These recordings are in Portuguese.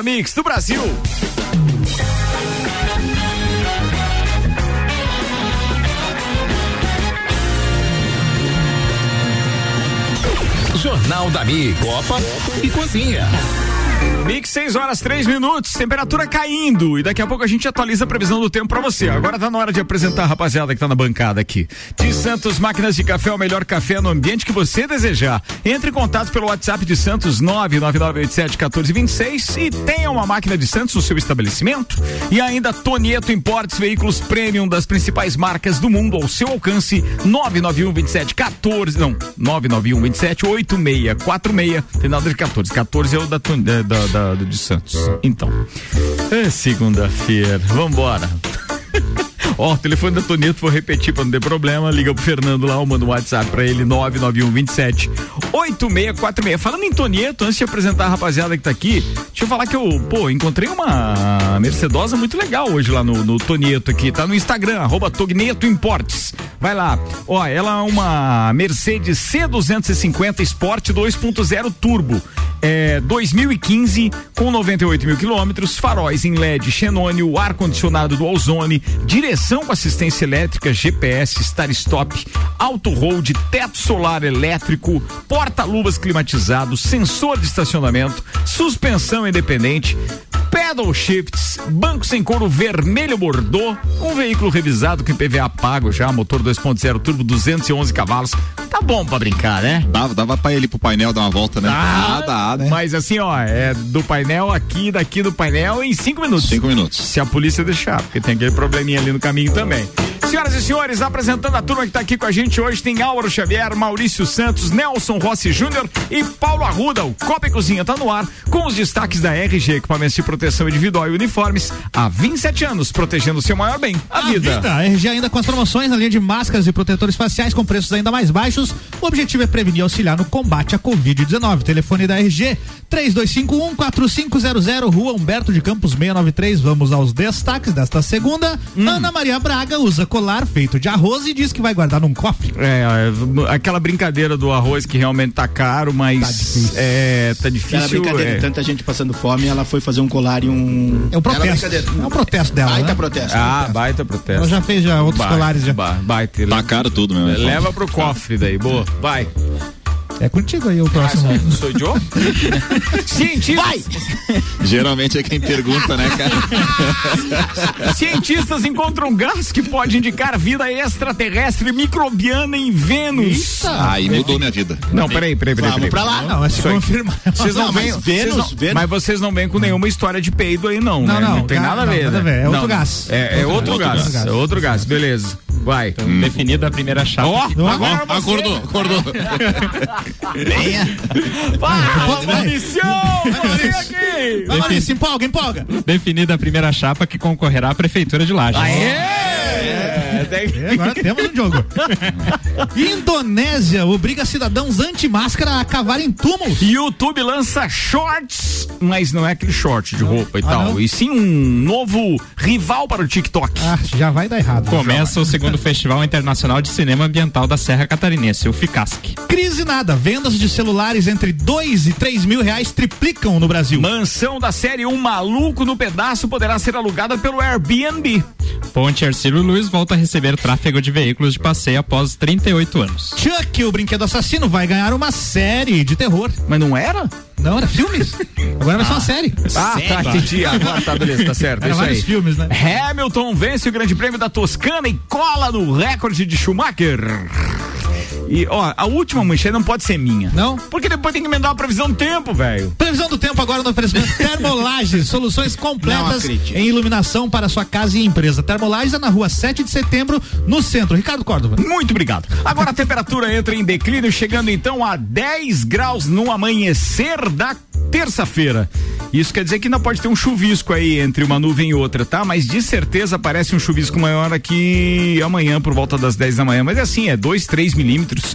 melhor mix do Brasil. Jornal da Mi, Copa e Cozinha. Mix 6h03, temperatura caindo e daqui a pouco a gente atualiza a previsão do tempo pra você. Agora tá na hora de apresentar a rapaziada que tá na bancada aqui. De Santos Máquinas de Café, o melhor café no ambiente que você desejar. Entre em contato pelo WhatsApp de Santos 999871426 e tenha uma máquina de Santos no seu estabelecimento. E ainda Tonieto Importes, veículos premium das principais marcas do mundo ao seu alcance. 99127 tem nada de 14 é o de Santos. Então, é segunda-feira, vambora. Ó, o telefone da Tonieto, vou repetir pra não ter problema, liga pro Fernando lá, ou manda um WhatsApp pra ele, 99127-8646. Falando em Tonieto, antes de apresentar a rapaziada que tá aqui, deixa eu falar que eu, encontrei uma Mercedosa muito legal hoje lá no Tonieto aqui, tá no Instagram, @Tonieto Importes. Vai lá, ó, ela é uma Mercedes C250 Sport 2.0 Turbo, 2015, com 98 mil quilômetros, faróis em LED xenônio, ar-condicionado dual zone, direção com assistência elétrica, GPS, start-stop, auto-hold, teto solar elétrico, porta-luvas climatizado, sensor de estacionamento, suspensão independente, pedal shifts, banco sem couro vermelho bordô, um veículo revisado com IPVA pago já, motor 2.0 turbo, 211 cavalos. Tá bom pra brincar, né? Dava pra ele ir pro painel dar uma volta, né? Dá, né? Mas assim, ó, é do painel aqui, daqui do painel em 5 minutos. 5 minutos. Se a polícia deixar, porque tem aquele probleminha ali no caminho também. Senhoras e senhores, apresentando a turma que tá aqui com a gente hoje, tem Álvaro Xavier, Maurício Santos, Nelson Rossi Júnior e Paulo Arruda. O Copa e Cozinha tá no ar, com os destaques da RG, equipamentos de proteção individual e uniformes, há 27 anos, protegendo o seu maior bem, a vida. A RG ainda com as promoções na linha de máscaras e protetores faciais com preços ainda mais baixos. O objetivo é prevenir e auxiliar no combate à Covid-19. Telefone da RG, 3251-4500, Rua Humberto de Campos 693. Vamos aos destaques desta segunda. Ana Maria Braga usa colar feito de arroz e diz que vai guardar num cofre. Aquela brincadeira do arroz que realmente tá caro, mas tá difícil. Aquela brincadeira, tanta gente passando fome, ela foi fazer um colar e um... É um protesto. É um protesto dela, baita, né? protesto. Baita protesto. Ela já fez outros colares já. Baita. Tá caro tudo mesmo. Leva pro cofre daí, boa. Vai. É contigo aí o próximo. Sou eu? Cientistas. Vai! Geralmente é quem pergunta, né, cara? Cientistas encontram gás que pode indicar vida extraterrestre microbiana em Vênus. Eita. Aí mudou minha vida. Não, peraí. Vamos pra lá. Não, é se confirmar. Vocês não vêm. Vênus. Mas vocês não vêm com nenhuma história de peido aí, não. Não, né? não. Não tem nada a ver. Nada a ver. É outro gás. É outro gás. É outro gás. Beleza. Vai. Então, definida a primeira chapa. Agora Acordou. Venha. Maurício, empolga. Definida a primeira chapa que concorrerá à Prefeitura de Lages. Agora temos um jogo. Indonésia obriga cidadãos anti-máscara a cavar em túmulos. YouTube lança shorts, mas não é aquele short de roupa e tal, não? e sim um novo rival para o TikTok. Já vai dar errado. Começa o segundo Festival Internacional de Cinema Ambiental da Serra Catarinense, o FICASC. Crise nada, vendas de celulares entre 2 e 3 mil reais triplicam no Brasil. Mansão da série Um Maluco no Pedaço poderá ser alugada pelo Airbnb. Ponte Hercílio Luiz volta a receber tráfego de veículos de passeio após 38 anos. Chuck, o brinquedo assassino, vai ganhar uma série de terror. Mas não era? Não, era filmes. Agora vai ser uma série. Tá, entendi. Tá, beleza, tá certo. Era isso vários aí. filmes, né? Hamilton vence o Grande Prêmio da Toscana e cola no recorde de Schumacher. E, ó, a última manchete não pode ser minha. Não? Porque depois tem que emendar a previsão do tempo, velho. Previsão do tempo agora no oferecimento Termolages, soluções completas em iluminação para sua casa e empresa. Termolages é na rua 7 de setembro, no centro. Ricardo Córdova. Muito obrigado. Agora a temperatura entra em declínio, chegando então a 10 graus no amanhecer da terça-feira. Isso quer dizer que ainda pode ter um chuvisco aí entre uma nuvem e outra, tá? Mas de certeza aparece um chuvisco maior aqui amanhã por volta das 10 da manhã. Mas é assim, é 2, 3 milímetros.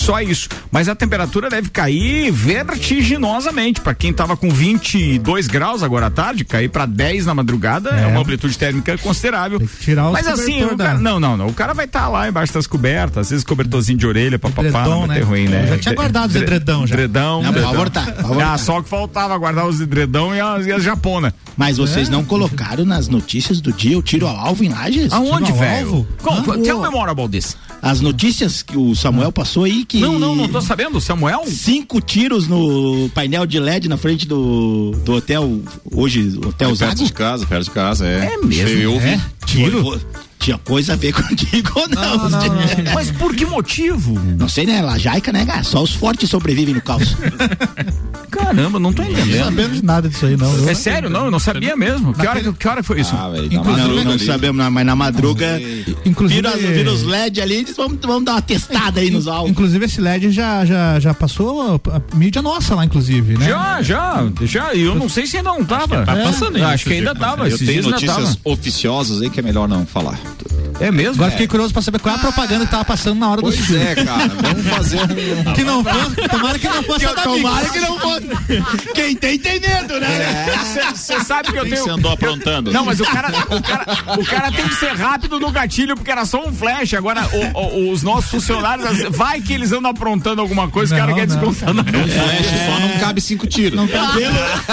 só isso. Mas a temperatura deve cair vertiginosamente. Para quem tava com 22 graus agora à tarde, cair para 10 na madrugada é uma amplitude térmica considerável. Mas assim, o cara, não. O cara vai estar lá embaixo das cobertas, às vezes cobertorzinho de orelha, papapá, não vai ter ruim, né? Eu já tinha guardado os edredão já. Edredão. Não, pode voltar. Só que faltava guardar os edredão e as japona. Mas vocês não colocaram nas notícias do dia o tiro ao alvo em Lages? Aonde, velho? Tell me more about this. As notícias que o Samuel passou aí que... Não tô sabendo, Samuel? 5 tiros no painel de LED na frente do hotel, hoje, Hotel Zago. Perto de casa, é. É mesmo? Eu ouvi. Tiro? Tinha coisa a ver contigo ou não? Mas por que motivo? Não sei, né? Lajaica, né, cara? Só os fortes sobrevivem no caos. Caramba, não tô entendendo. Não sabemos de nada disso aí, não. É sério, não? Eu não sabia mesmo. Que hora foi isso? Não sabemos, mas na madruga, inclusive, vira os LED ali, eles vão dar uma testada aí nos alvos. Inclusive esse LED já passou a mídia nossa lá, inclusive, né? Já, e eu não sei se ainda não tava. Tá passando aí. Acho que ainda tava. Eu tenho notícias oficiosas aí que é melhor não falar. É mesmo? Agora fiquei curioso pra saber qual é a propaganda que tava passando na hora do Pois é, cara, vamos fazer que não fosse, tomara que não fosse Tomara que não fosse. Quem tem medo, né? Você sabe que eu tenho... Você andou aprontando. Não, mas o cara tem que ser rápido no gatilho, porque era só um flash. Agora, os nossos funcionários, vai que eles andam aprontando alguma coisa, o cara quer descontar. Só não cabe 5 tiros. Não cabe.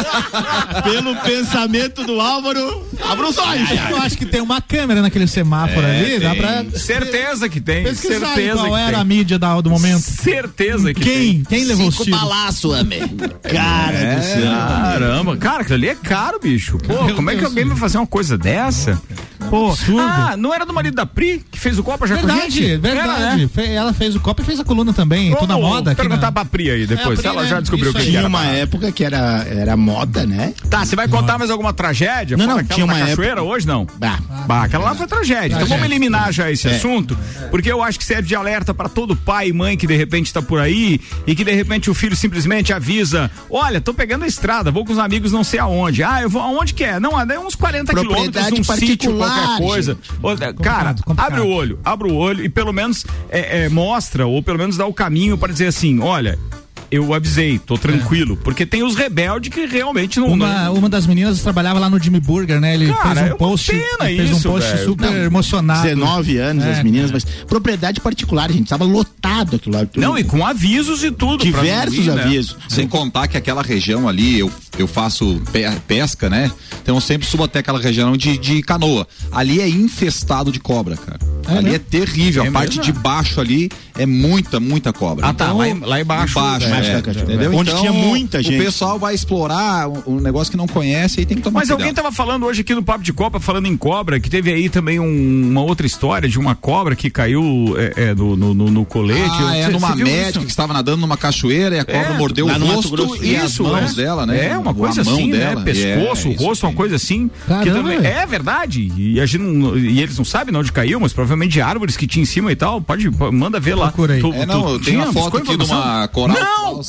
Pelo pensamento do Álvaro, abra os olhos. Eu acho que tem uma câmera naquele semáforo ali, dá pra... Certeza que tem. Pesquisar certeza qual que era tem. a mídia do momento. Certeza que tem. Quem levou os 5 tiros? balaço, homem. Cara do céu. Caramba, cara, aquilo ali é caro, bicho. Pô, como é que alguém vai fazer uma coisa dessa? Pô, não era do marido da Pri que fez o Copa já com a gente? Verdade. Era, né? Ela fez o Copa e fez a coluna também. Tô na moda. Perguntar pra Pri aí depois, se ela já descobriu o que Tinha era. uma época que era moda, né? Tá, você vai contar mais alguma tragédia? Não, Aquela tinha uma da cachoeira época... hoje, não? Aquela lá foi tragédia. Então vamos eliminar já esse assunto, porque eu acho que serve de alerta pra todo pai e mãe que de repente tá por aí e que de repente o filho simplesmente avisa: olha, tô pegando a estrada, vou com os amigos não sei aonde. Eu vou aonde que é? Não, é uns 40 quilômetros de um sítio, qualquer coisa. Cara, abre o olho e pelo menos mostra, ou pelo menos dá o caminho para dizer assim: olha, eu avisei, tô tranquilo, porque tem os rebeldes que realmente não... Uma das meninas trabalhava lá no Jimmy Burger, né? Ele fez um post, super emocionado. 19 anos, as meninas, mas propriedade particular, gente, tava lotado aquilo lá. Não, e com avisos e tudo. Diversos avisos. Sem contar que aquela região ali, eu faço pesca, né? Então eu sempre subo até aquela região de canoa. Ali é infestado de cobra, cara. Ali é terrível. A parte de baixo ali é muita cobra. Então, lá embaixo. Entendeu? Onde então, tinha muita gente. O pessoal vai explorar um negócio que não conhece e tem que tomar cuidado. Mas alguém tava falando hoje aqui no Papo de Copa, falando em cobra, que teve aí também uma outra história de uma cobra que caiu no colete. Numa médica que estava nadando numa cachoeira e a cobra mordeu o rosto e as mãos dela, né? Uma coisa assim, né? Pescoço, rosto, uma coisa assim. Que também é verdade. E eles não sabem onde caiu, mas provavelmente de árvores que tinha em cima e tal. Manda ver lá. Procura aí. Tem uma foto aqui de uma coral. Não!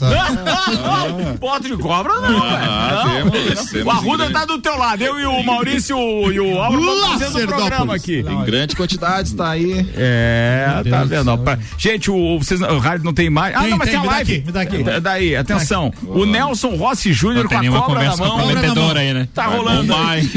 Foto de cobra não, velho. O Arruda tá do teu lado. Eu e o Maurício e o Álvaro estamos fazendo o programa aqui. Em grande quantidade, tá aí. Tá vendo? Gente, o rádio não tem imagem. Mas tem a live. Me dá aqui. Daí, atenção. O Nelson Rossi Júnior com a cobra na mão. Comprometedora aí, né? Tá rolando.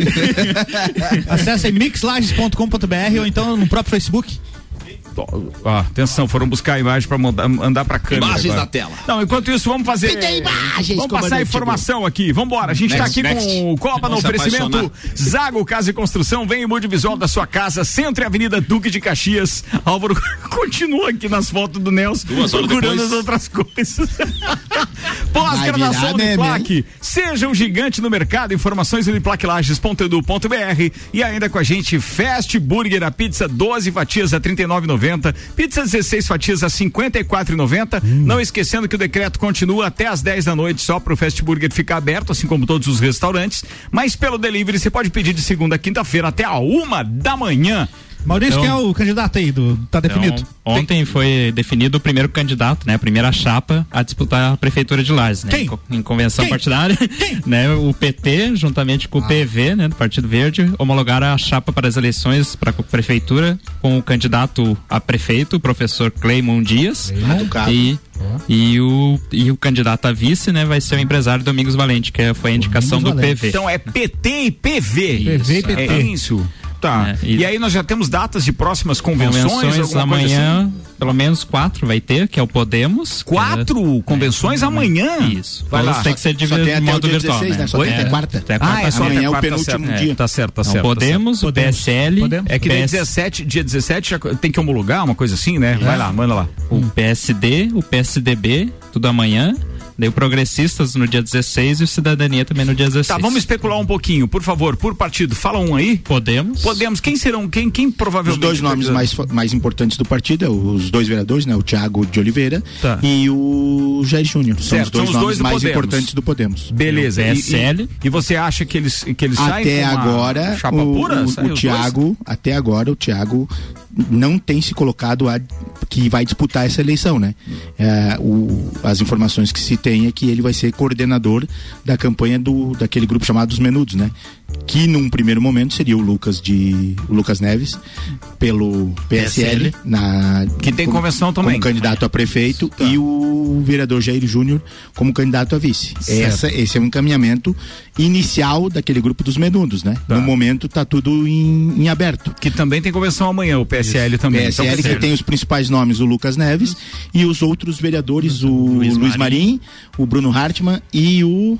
Acesse mixlages.com.br ou então no próprio Facebook. Atenção, foram buscar a imagem pra andar pra câmera. Imagens agora. na tela. Não, enquanto isso, vamos fazer. Vamos passar a informação aqui. Vambora. A gente tá aqui com o Copa no oferecimento Zago Casa e Construção. Vem e mude o visual da sua casa. Centro e Avenida Duque de Caxias. Álvaro continua aqui nas fotos do Nelson, procurando as outras coisas. Pós-graduação Uniplac. Seja um gigante no mercado. Informações uniplaclages.edu.br. E ainda com a gente, Fast Burger, a pizza 12 fatias a R$39,90. Pizza 16 fatias a R$54,90. Não esquecendo que o decreto continua até às 10 da noite, só para o Fast Burger ficar aberto, assim como todos os restaurantes. Mas pelo delivery você pode pedir de segunda a quinta-feira até a 1 da manhã. Maurício, quem é o candidato aí? Tá definido? Ontem foi definido o primeiro candidato, né? A primeira chapa a disputar a prefeitura de Lages, né? Em convenção partidária, né? O PT, juntamente com o PV, né? Do Partido Verde, homologaram a chapa para as eleições para a prefeitura com o candidato a prefeito, o professor Cleimon Dias. E o candidato a vice, né, vai ser o empresário Domingos Valente, que foi a indicação do PV. Então é PT e PV. PV e PT. É isso. Tá. E aí nós já temos datas de próximas convenções amanhã, assim? Pelo menos 4 vai ter, que é o Podemos. 4 convenções amanhã? Isso. Vai lá. Tem que ser de modo virtual, 16, né? Só tem até quarta. É só amanhã até é o quarta, penúltimo dia. Tá certo, tá então, certo. Podemos, o PSL. É que dia 17 já tem que homologar uma coisa assim, né? Vai lá, manda lá. O PSD, o PSDB, tudo amanhã. Daí o Progressistas no dia 16 e o Cidadania também no dia 16. Tá, vamos especular um pouquinho, por favor, por partido. Fala um aí. Podemos. Quem serão, quem provavelmente... Os dois nomes mais importantes do partido, os dois vereadores, né? O Thiago de Oliveira e o Jair Júnior. São os dois nomes mais importantes do Podemos. Beleza. PSL. E você acha que eles saem até com agora, chapa pura? O Thiago, até agora, o Thiago não tem se colocado que vai disputar essa eleição, né? As informações que se tem é que ele vai ser coordenador da campanha daquele grupo chamado Os Menudos, né? Que num primeiro momento seria o Lucas Neves pelo PSL que tem convenção também como candidato a prefeito e o vereador Jair Júnior como candidato a vice. Esse é um encaminhamento inicial daquele grupo dos Menudos, né? No momento tá tudo em aberto. Que também tem convenção amanhã, o PSL também. PSL então, que tem os principais nomes, o Lucas Neves e os outros vereadores, o Luiz Marim, o Bruno Hartmann e o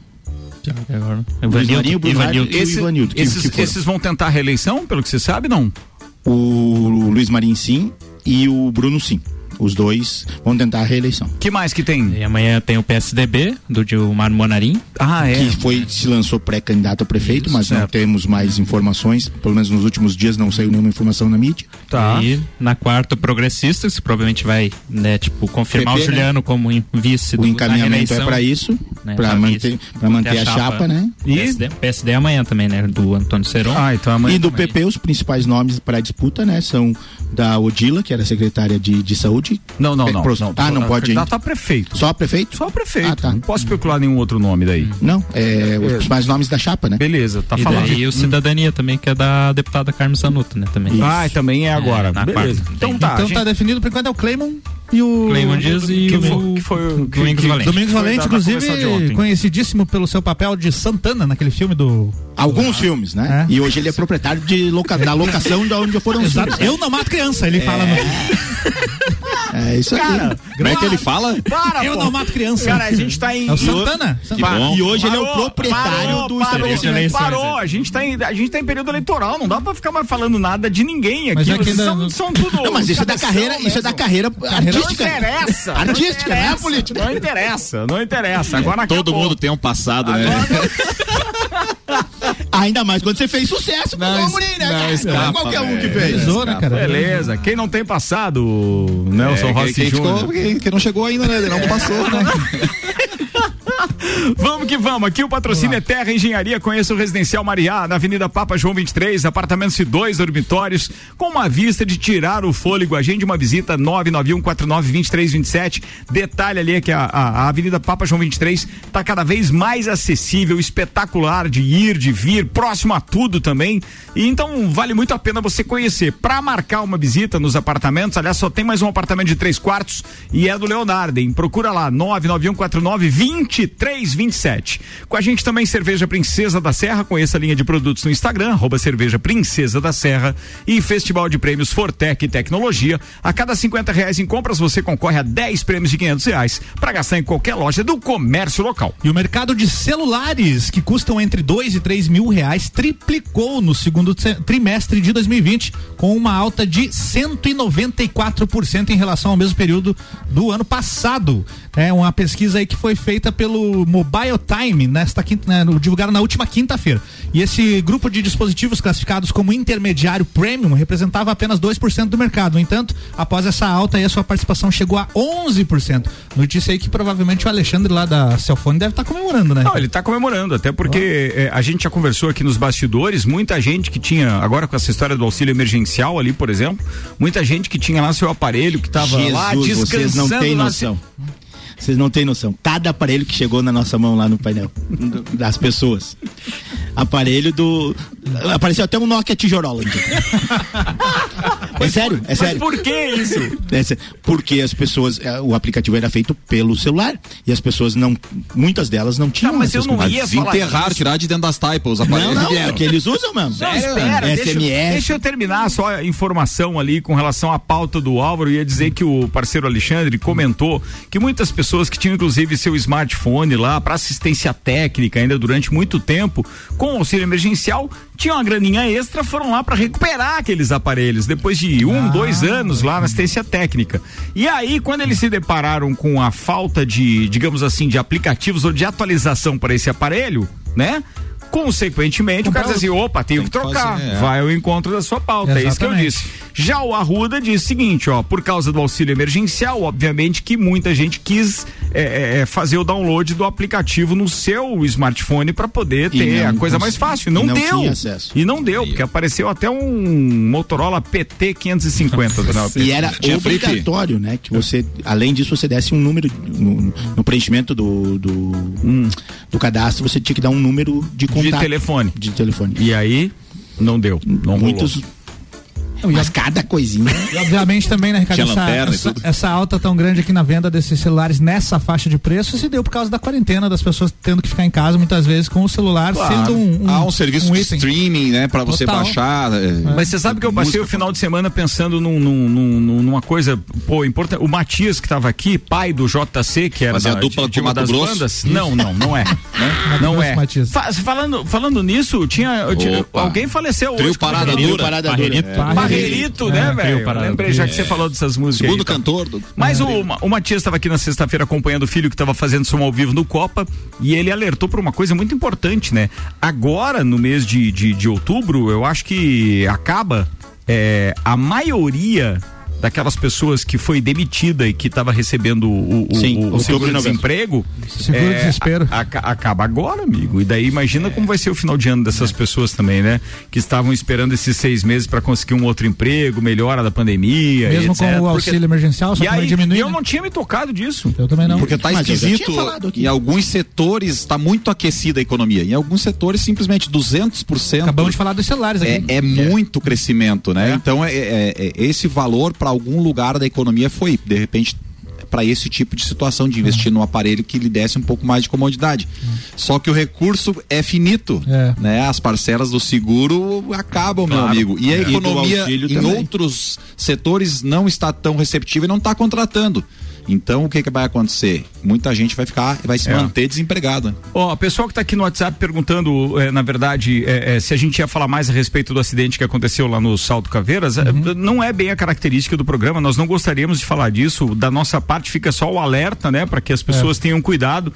Ivanildo. Esses vão tentar a reeleição, pelo que você sabe, não? O Luiz Marim sim e o Bruno sim. Os dois vão tentar a reeleição. Que mais que tem? E amanhã tem o PSDB, do Gilmar Monarim. Que se lançou pré-candidato a prefeito, mas não temos mais informações. Pelo menos nos últimos dias não saiu nenhuma informação na mídia. Tá. E na quarta, o Progressistas, que provavelmente vai, né, confirmar PP, o Juliano, né, como vice do. O encaminhamento é para isso, né, para manter a chapa, né? E PSD amanhã também, né? Do Antônio Seron. Então amanhã e do também. PP, os principais nomes para disputa, né? São da Odila, que era secretária de saúde. Não. Não pode. Candidato a prefeito. Só prefeito? Só prefeito. Tá. Não posso especular nenhum outro nome daí. Não, os principais nomes da chapa, né? Beleza, tá e falando. E o Cidadania também, que é da deputada Carmen Sanuto, né? Também. Também é agora. Beleza. Então tá definido por enquanto é o Cleimon e o Cleimon Dias e o Domingos Valente. Domingos Valente, inclusive, conhecidíssimo pelo seu papel de Santana naquele filme do... Alguns filmes, né? E hoje ele é proprietário da locação de onde foram os filmes. Eu não mato criança, ele fala no... É isso aí. Como é que ele fala? Eu não mato criança. Cara, a gente tá em... É o Santana. E hoje ele é o proprietário do estabelecimento. Parou, a gente tá em período eleitoral, não dá pra ficar mais falando nada de ninguém aqui. Mas são tudo... Não, mas isso é da carreira artística. Não interessa. Artística, não é política. Não interessa. Agora todo mundo tem um passado, né? Ainda mais quando você fez sucesso com o Amorim, né? Não é qualquer um que fez. Beleza. Quem não tem passado, Nelson Rossi Júnior. Quem não chegou ainda, né? Ele não passou, né? Vamos que vamos, aqui o patrocínio é Terra Engenharia, conheça o Residencial Mariá, na Avenida Papa João 23, apartamentos de 2 dormitórios, com uma vista de tirar o fôlego. Agende uma visita 991492327. Detalhe ali é que a Avenida Papa João 23 tá cada vez mais acessível, espetacular de ir, de vir, próximo a tudo também, e então vale muito a pena você conhecer. Para marcar uma visita nos apartamentos, aliás, só tem mais um apartamento de 3 quartos e é do Leonardo, hein? Procura lá, 991492327. Com a gente também Cerveja Princesa da Serra, conheça a linha de produtos no Instagram, @Cerveja Princesa da Serra, e Festival de Prêmios Fortec e Tecnologia. A cada R$50 em compras você concorre a 10 prêmios de R$500 para gastar em qualquer loja do comércio local. E o mercado de celulares, que custam entre 2 e 3 mil reais, triplicou no segundo trimestre de 2020, com uma alta de 194% em relação ao mesmo período do ano passado. É uma pesquisa aí que foi feita pelo Mobile Time, divulgado na última quinta-feira. E esse grupo de dispositivos classificados como intermediário premium representava apenas 2% do mercado. No entanto, após essa alta, a sua participação chegou a 11%. Notícia aí que provavelmente o Alexandre lá da Cellfone deve estar comemorando, né? Não, ele está comemorando, até porque a gente já conversou aqui nos bastidores, muita gente que tinha, agora com essa história do auxílio emergencial ali, por exemplo, muita gente que tinha lá seu aparelho, que estava lá descansando. Vocês não têm noção. Vocês não têm noção. Cada aparelho que chegou na nossa mão lá no painel das pessoas. Aparelho do... Apareceu até um Nokia tijorola. É sério, é sério. Mas por que isso? Porque as pessoas... O aplicativo era feito pelo celular. E as pessoas não... Muitas delas não tinham. Mas eu não ia desenterrar, tirar de dentro das taipas os aparelhos. Não, é o que eles usam mesmo. Não, espera, deixa eu terminar só a informação ali com relação à pauta do Álvaro. Eu ia dizer que o parceiro Alexandre comentou que muitas pessoas que tinham inclusive seu smartphone lá para assistência técnica ainda durante muito tempo, com auxílio emergencial, tinham uma graninha extra, foram lá para recuperar aqueles aparelhos depois de 2 anos lá na assistência técnica. E aí, quando eles se depararam com a falta de, digamos assim, de aplicativos ou de atualização para esse aparelho, né? Consequentemente, o cara diz assim, opa, tenho que trocar, vai ao encontro da sua pauta. Exatamente. É isso que eu disse. Já o Arruda diz o seguinte, por causa do auxílio emergencial, obviamente que muita gente quis fazer o download do aplicativo no seu smartphone para poder ter a coisa mais fácil. Não deu. E não deu, porque apareceu até um Motorola PT 550. E era obrigatório, né? Que você, além disso, você desse um número no preenchimento do cadastro, você tinha que dar um número de contato. De telefone. E aí, não deu. Não muitos rolou. Mas cada coisinha. E obviamente também, né, Ricardo, essa alta tão grande aqui na venda desses celulares nessa faixa de preço se deu por causa da quarentena, das pessoas tendo que ficar em casa muitas vezes com o celular, sendo um serviço de streaming, né, pra você baixar. Mas você sabe que eu passei o final de semana pensando numa coisa, importante. O Matias que tava aqui, pai do JC, que era a dupla de uma das bandas. Não é. Né? Não é. Falando nisso, alguém faleceu hoje. Trio Parada Dura. Barrerito, né, velho? Lembrei já que você falou dessas músicas. Segundo cantor. Mas o Matias estava aqui na sexta-feira acompanhando o filho que estava fazendo som ao vivo no Copa e ele alertou para uma coisa muito importante, né? Agora, no mês de outubro, eu acho que acaba a maioria daquelas pessoas que foi demitida e que estava recebendo o seguro-desemprego, seguro-desespero, acaba agora, amigo. E daí imagina como vai ser o final de ano dessas pessoas também, né? Que estavam esperando esses 6 meses para conseguir um outro emprego, melhora da pandemia, mesmo etc. Com o auxílio emergencial, só que vai diminuir. E eu não tinha me tocado disso. Eu também não. Porque tá esquisito. Em alguns setores está muito aquecida a economia. Em alguns setores simplesmente 200%. Acabamos de falar dos celulares aqui. É muito crescimento, né? Então esse valor para algum lugar da economia foi, de repente, para esse tipo de situação de investir num aparelho que lhe desse um pouco mais de comodidade. Só que o recurso é finito, né? As parcelas do seguro acabam, meu amigo. E a economia em outros setores não está tão receptiva e não está contratando. Então, o que vai acontecer? Muita gente vai se manter desempregada. Ó, pessoal que tá aqui no WhatsApp perguntando, na verdade, se a gente ia falar mais a respeito do acidente que aconteceu lá no Salto Caveiras, não é bem a característica do programa, nós não gostaríamos de falar disso, da nossa parte fica só o alerta, né, para que as pessoas tenham cuidado.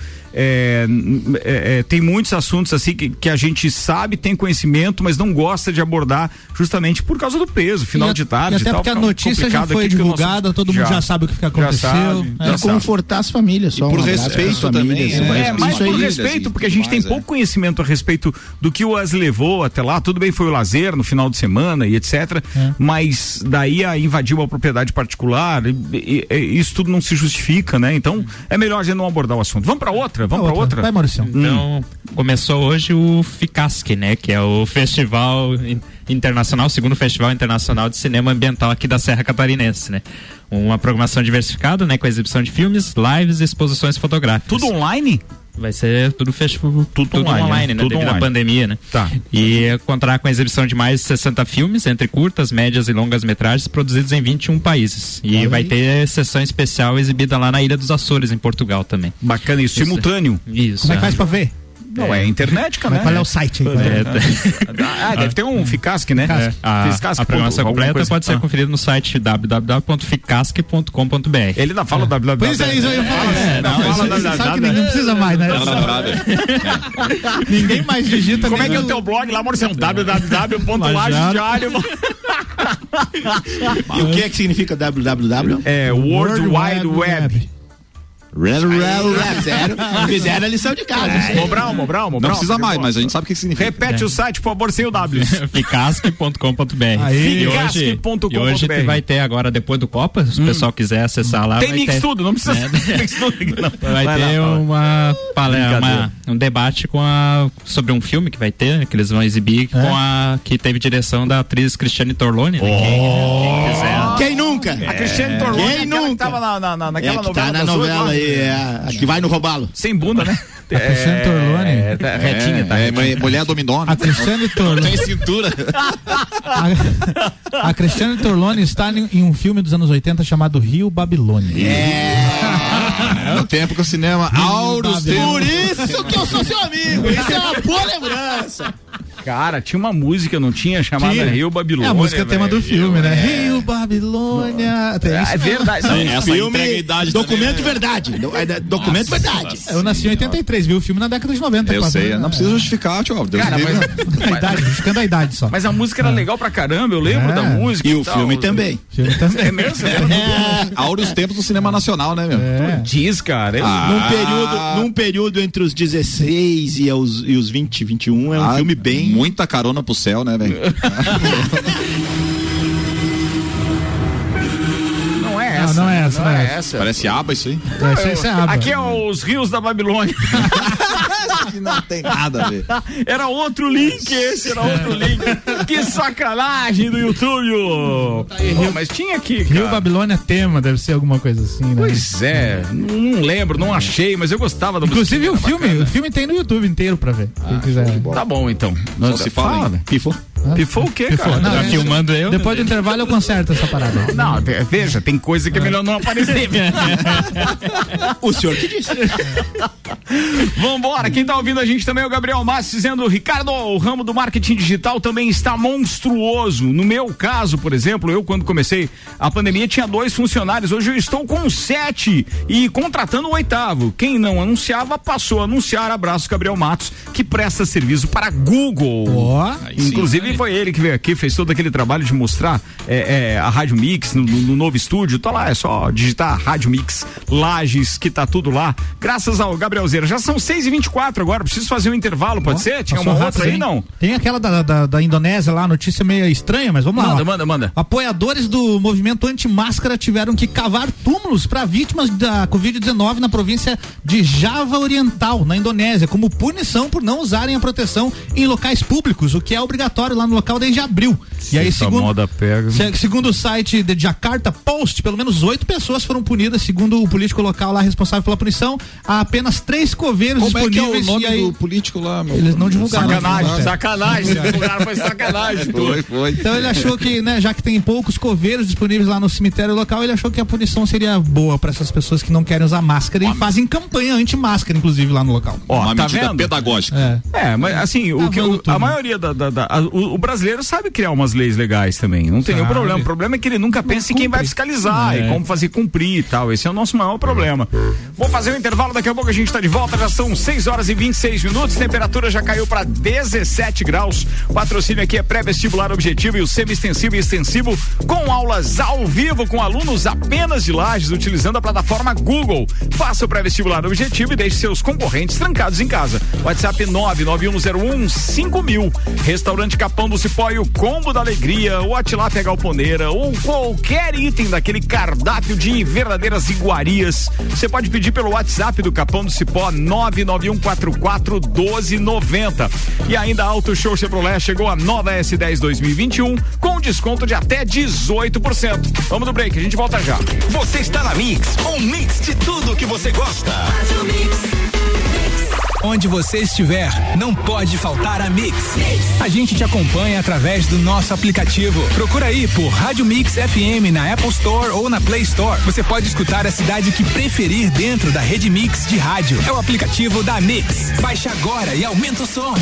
Tem muitos assuntos assim que a gente sabe, tem conhecimento, mas não gosta de abordar justamente por causa do peso, final de tarde e até porque a notícia já foi divulgada, todo mundo já sabe o que aconteceu. E confortar as famílias, só por respeito também. Mas por respeito, porque a gente tem pouco conhecimento a respeito do que as levou até lá. Tudo bem, foi o lazer no final de semana e etc. Mas daí a invadir uma propriedade particular, isso tudo não se justifica, né? Então é melhor a gente não abordar o assunto. Vamos para outra? Vai, Maurício. Então, começou hoje o FICASC, né? Que é o Festival Internacional, segundo Festival Internacional de Cinema Ambiental aqui da Serra Catarinense, né? Uma programação diversificada, né? Com a exibição de filmes, lives e exposições fotográficas. Tudo online? Vai ser tudo festival, tudo online, né? Devido à pandemia, né? Tá. E contará com a exibição de mais de 60 filmes, entre curtas, médias e longas metragens, produzidos em 21 países. E vai ter sessão especial exibida lá na Ilha dos Açores, em Portugal também. Bacana isso, simultâneo. Isso. Como é que faz pra ver? Não, é internet, né? Qual é o site aí? Deve ter um Ficasc, né? A programação completa pode ser conferida no site www.ficasc.com.br. Ele ainda fala www. Pois é, isso aí eu falo. Sabe que ninguém precisa mais, né? Ninguém mais digita. Como é que é o teu blog lá, Marcelo? www.lagediário. E o que é que significa www? É World Wide Web. Fizeram a lição de casa. Mobral. Não precisa mais, mas a gente sabe o que significa. Repete o site, por favor, sem o W. Ficasc.com.br. E hoje vai ter agora, depois do Copa, se o pessoal quiser acessar lá. Tem mix tudo, não precisa. Vai ter um debate sobre um filme que vai ter, que eles vão exibir, que teve direção da atriz Cristiane Torlone. Quem nunca? A Cristiane Torlone. Quem nunca? Tava naquela novela. Tá na novela aí, a que vai no robalo. Sem bunda, né? A Cristiane Torlone. Retinha, tá? Mulher dominó. A Cristiane Torlone. Tem cintura. A Cristiane Torlone está em um filme dos anos 80 chamado Rio Babilônia. No tempo que o cinema Auros. Por isso que eu sou seu amigo. Isso é uma boa lembrança. Cara, tinha uma música, não tinha? Chamada Rio Babilônia. É a música tema do filme, né? Rio Babilônia. É verdade. Essa filme, documento verdade. Documento verdade. Eu nasci em 83, vi o filme na década de 90. Eu sei, não precisa justificar, tio. Cara, justificando a idade só. Mas a música era legal pra caramba, eu lembro da música. E o filme também. É mesmo? Auros tempos do cinema nacional, né, meu? Diz, cara. Num período entre os 16 e os 20, 21, é um filme bem... Muita carona pro céu, né, velho? Não é essa. Parece aba isso aí. Essa é aba. Aqui é os rios da Babilônia. Não tem nada a ver. Era outro link, Que sacanagem do YouTube. Mas tinha aqui, cara. Rio Babilônia tema, deve ser alguma coisa assim, né? Pois é, não lembro, não achei, mas eu gostava da música. Inclusive o filme tem no YouTube inteiro pra ver. Quem quiser. Tá bom, então. Só se fala, né? Pifou. Pifou o quê, cara? Tá filmando eu? Depois do intervalo eu conserto essa parada. Não, veja, tem coisa que é melhor não aparecer. O senhor que disse. Vambora, quem tá ouvindo a gente também é o Gabriel Massi dizendo: Ricardo, o ramo do marketing digital também está monstruoso. No meu caso, por exemplo, eu quando comecei a pandemia tinha 2 funcionários, hoje eu estou com 7 e contratando o 8º. Quem não anunciava passou a anunciar. Abraço, Gabriel Matos, que presta serviço para Google. Inclusive foi ele que veio aqui, fez todo aquele trabalho de mostrar a Rádio Mix no novo estúdio. Tá lá, é só digitar Rádio Mix Lages, que tá tudo lá. Graças ao Gabrielzeira. Já são 6h24 agora, preciso fazer um intervalo, pode ser? Tinha uma outra aí, não? Tem aquela da Indonésia lá, notícia meio estranha, mas vamos lá. Manda. Apoiadores do movimento anti-máscara tiveram que cavar túmulos para vítimas da Covid-19 na província de Java Oriental, na Indonésia, como punição por não usarem a proteção em locais públicos, o que é obrigatório lá no local desde abril. E aí, segundo o site de Jakarta Post, pelo menos 8 pessoas foram punidas, segundo o político local lá responsável pela punição. Há apenas 3 coveiros disponíveis. Como é que é o nome do político lá, meu? Eles não divulgaram. Sacanagem. Divulgaram, foi sacanagem. Foi. Então ele achou que, né, já que tem poucos coveiros disponíveis lá no cemitério local, ele achou que a punição seria boa para essas pessoas que não querem usar máscara e fazem campanha anti-máscara, inclusive, lá no local. Uma tá medida vendo? Pedagógica. Mas assim, a maioria o brasileiro sabe criar umas leis legais também, não tem nenhum problema. O problema é que ele nunca pensa em quem vai fiscalizar e como fazer cumprir e tal. Esse é o nosso maior problema. Vou fazer um intervalo, daqui a pouco a gente tá de volta, já são 6h26, temperatura já caiu para 17 graus. O patrocínio aqui é pré-vestibular Objetivo e o semi-extensivo e extensivo com aulas ao vivo com alunos apenas de Lages, utilizando a plataforma Google. Faça o pré-vestibular Objetivo e deixe seus concorrentes trancados em casa. WhatsApp 991015000. Restaurante Capão do Cipó e o Combo da Alegria, o Tilápia Galponeira ou qualquer item daquele cardápio de verdadeiras iguarias. Você pode pedir pelo WhatsApp do Capão do Cipó 991441290. E ainda Auto Show Chevrolet chegou a nova S10 2021 com desconto de até 18%. Vamos do break, a gente volta já. Você está na Mix, um mix de tudo que você gosta. Onde você estiver, não pode faltar a Mix. A gente te acompanha através do nosso aplicativo. Procura aí por Rádio Mix FM na Apple Store ou na Play Store. Você pode escutar a cidade que preferir dentro da rede Mix de rádio. É o aplicativo da Mix. Baixe agora e aumenta o som.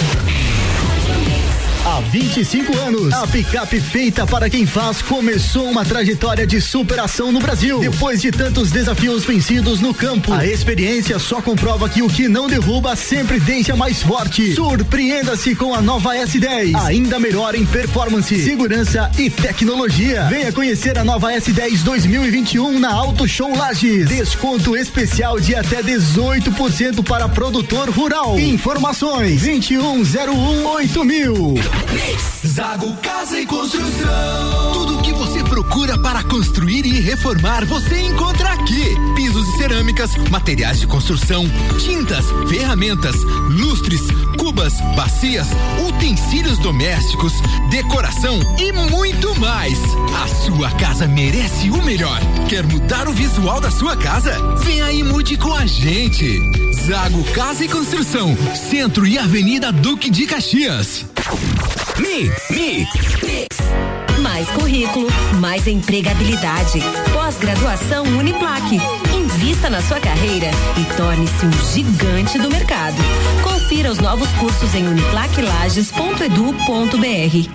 Há 25 anos, a picape feita para quem faz começou uma trajetória de superação no Brasil. Depois de tantos desafios vencidos no campo, a experiência só comprova que o que não derruba sempre deixa mais forte. Surpreenda-se com a nova S10, ainda melhor em performance, segurança e tecnologia. Venha conhecer a nova S10 2021 na Auto Show Lages. Desconto especial de até 18% para produtor rural. Informações 21018000. Zago Casa e Construção. Tudo o que você procura para construir e reformar, você encontra aqui. Pisos e cerâmicas, materiais de construção, tintas, ferramentas, lustres, cubas, bacias, utensílios domésticos, decoração e muito mais. A sua casa merece o melhor. Quer mudar o visual da sua casa? Vem aí e mude com a gente. Zago Casa e Construção, Centro e Avenida Duque de Caxias. Mix. Mais currículo, mais empregabilidade. Pós-graduação Uniplac. Invista na sua carreira e torne-se um gigante do mercado. Confira os novos cursos em uniplaclages.edu.br.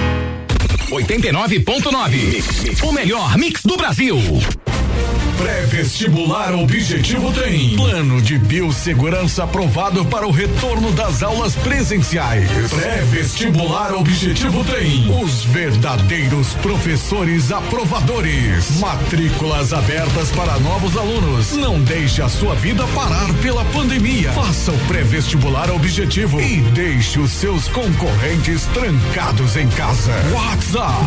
89.9. O melhor mix do Brasil. Pré-vestibular Objetivo tem plano de biossegurança aprovado para o retorno das aulas presenciais. Pré-vestibular Objetivo tem os verdadeiros professores aprovadores. Matrículas abertas para novos alunos. Não deixe a sua vida parar pela pandemia. Faça o pré-vestibular Objetivo e deixe os seus concorrentes trancados em casa. WhatsApp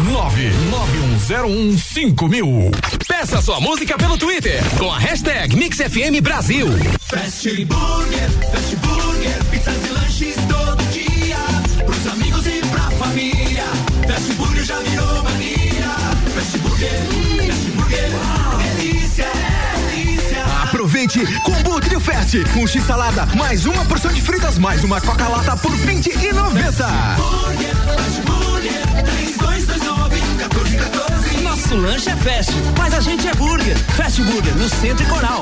991015000. Peça sua música pelo Twitter com a hashtag MixFM Brasil. Fast Burger, pizzas e lanches todo dia, pros amigos e pra família. Fast Burger já virou mania. Fast Burger, delícia. Aproveite Combo Trio Fast, um x-salada, mais uma porção de fritas, mais uma Coca-Lata por R$20,90. Fast Burger, 3229-1414. Nosso lanche é fast, mas a gente é burger. Fast Burger, no Centro e Coral.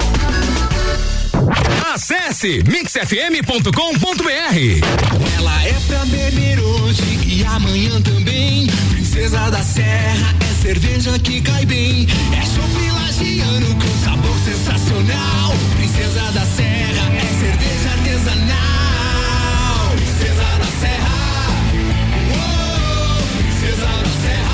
Acesse mixfm.com.br. Ela é pra beber hoje e amanhã também. Princesa da Serra é cerveja que cai bem. É chopp lagiano com sabor sensacional. Princesa da Serra é cerveja artesanal. Princesa da Serra. Princesa da Serra.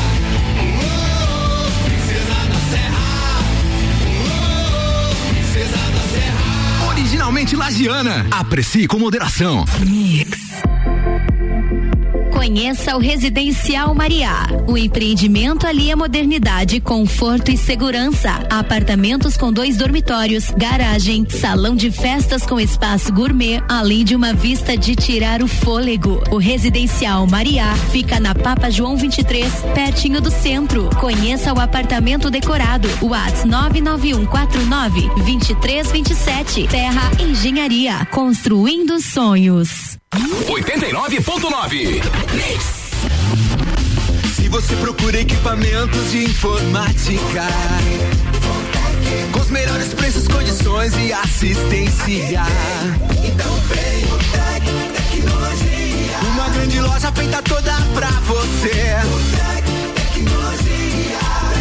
Originalmente lagiana. Aprecie com moderação. Mix. Conheça o Residencial Mariá. O empreendimento alia modernidade, conforto e segurança. Apartamentos com 2 dormitórios, garagem, salão de festas com espaço gourmet, além de uma vista de tirar o fôlego. O Residencial Mariá fica na Papa João 23, pertinho do centro. Conheça o apartamento decorado. WhatsApp 99149-2327. Terra Engenharia. Construindo sonhos. 89.9. Se você procura equipamentos de informática com os melhores preços, condições e assistência, então vem o Tec Tecnologia. Uma grande loja feita toda pra você. O Tec Tecnologia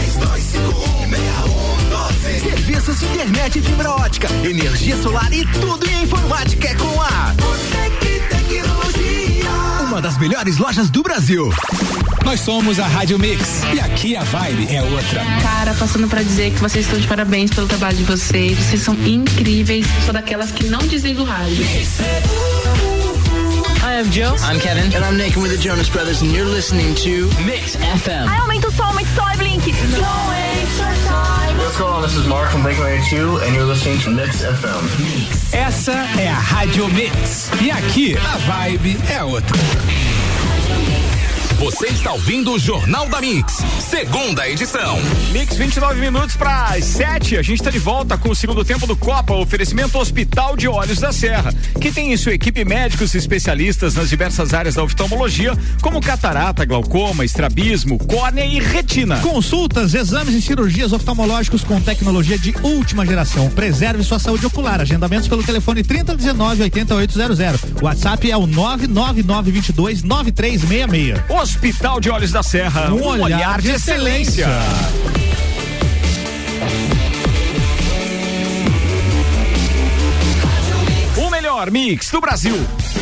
32516112. Serviços de internet e fibra ótica, energia solar e tudo em informática é com a Tec Tecnologia. Uma das melhores lojas do Brasil. Nós somos a Rádio Mix e aqui a vibe é outra. Cara, passando pra dizer que vocês estão de parabéns pelo trabalho de vocês. Vocês são incríveis. Eu sou daquelas que não desliga o rádio. Hi, I'm Joe. I'm Kevin. And I'm Nick with the Jonas Brothers and you're listening to Mix FM. Ai, aumenta o som, Blink. What's going on? This is Mark from Blink-182 and you're listening to Mix FM. Essa é a Rádio Mix e aqui a vibe é outra. Você está ouvindo o Jornal da Mix, segunda edição. Mix, 29 minutos para as 7. A gente está de volta com o segundo tempo do Copa. Oferecimento Hospital de Olhos da Serra, que tem em sua equipe médicos e especialistas nas diversas áreas da oftalmologia, como catarata, glaucoma, estrabismo, córnea e retina. Consultas, exames e cirurgias oftalmológicos com tecnologia de última geração. Preserve sua saúde ocular. Agendamentos pelo telefone 3019-8800. WhatsApp é o 99922-9366. Hospital de Olhos da Serra, um olhar de excelência. O melhor mix do Brasil.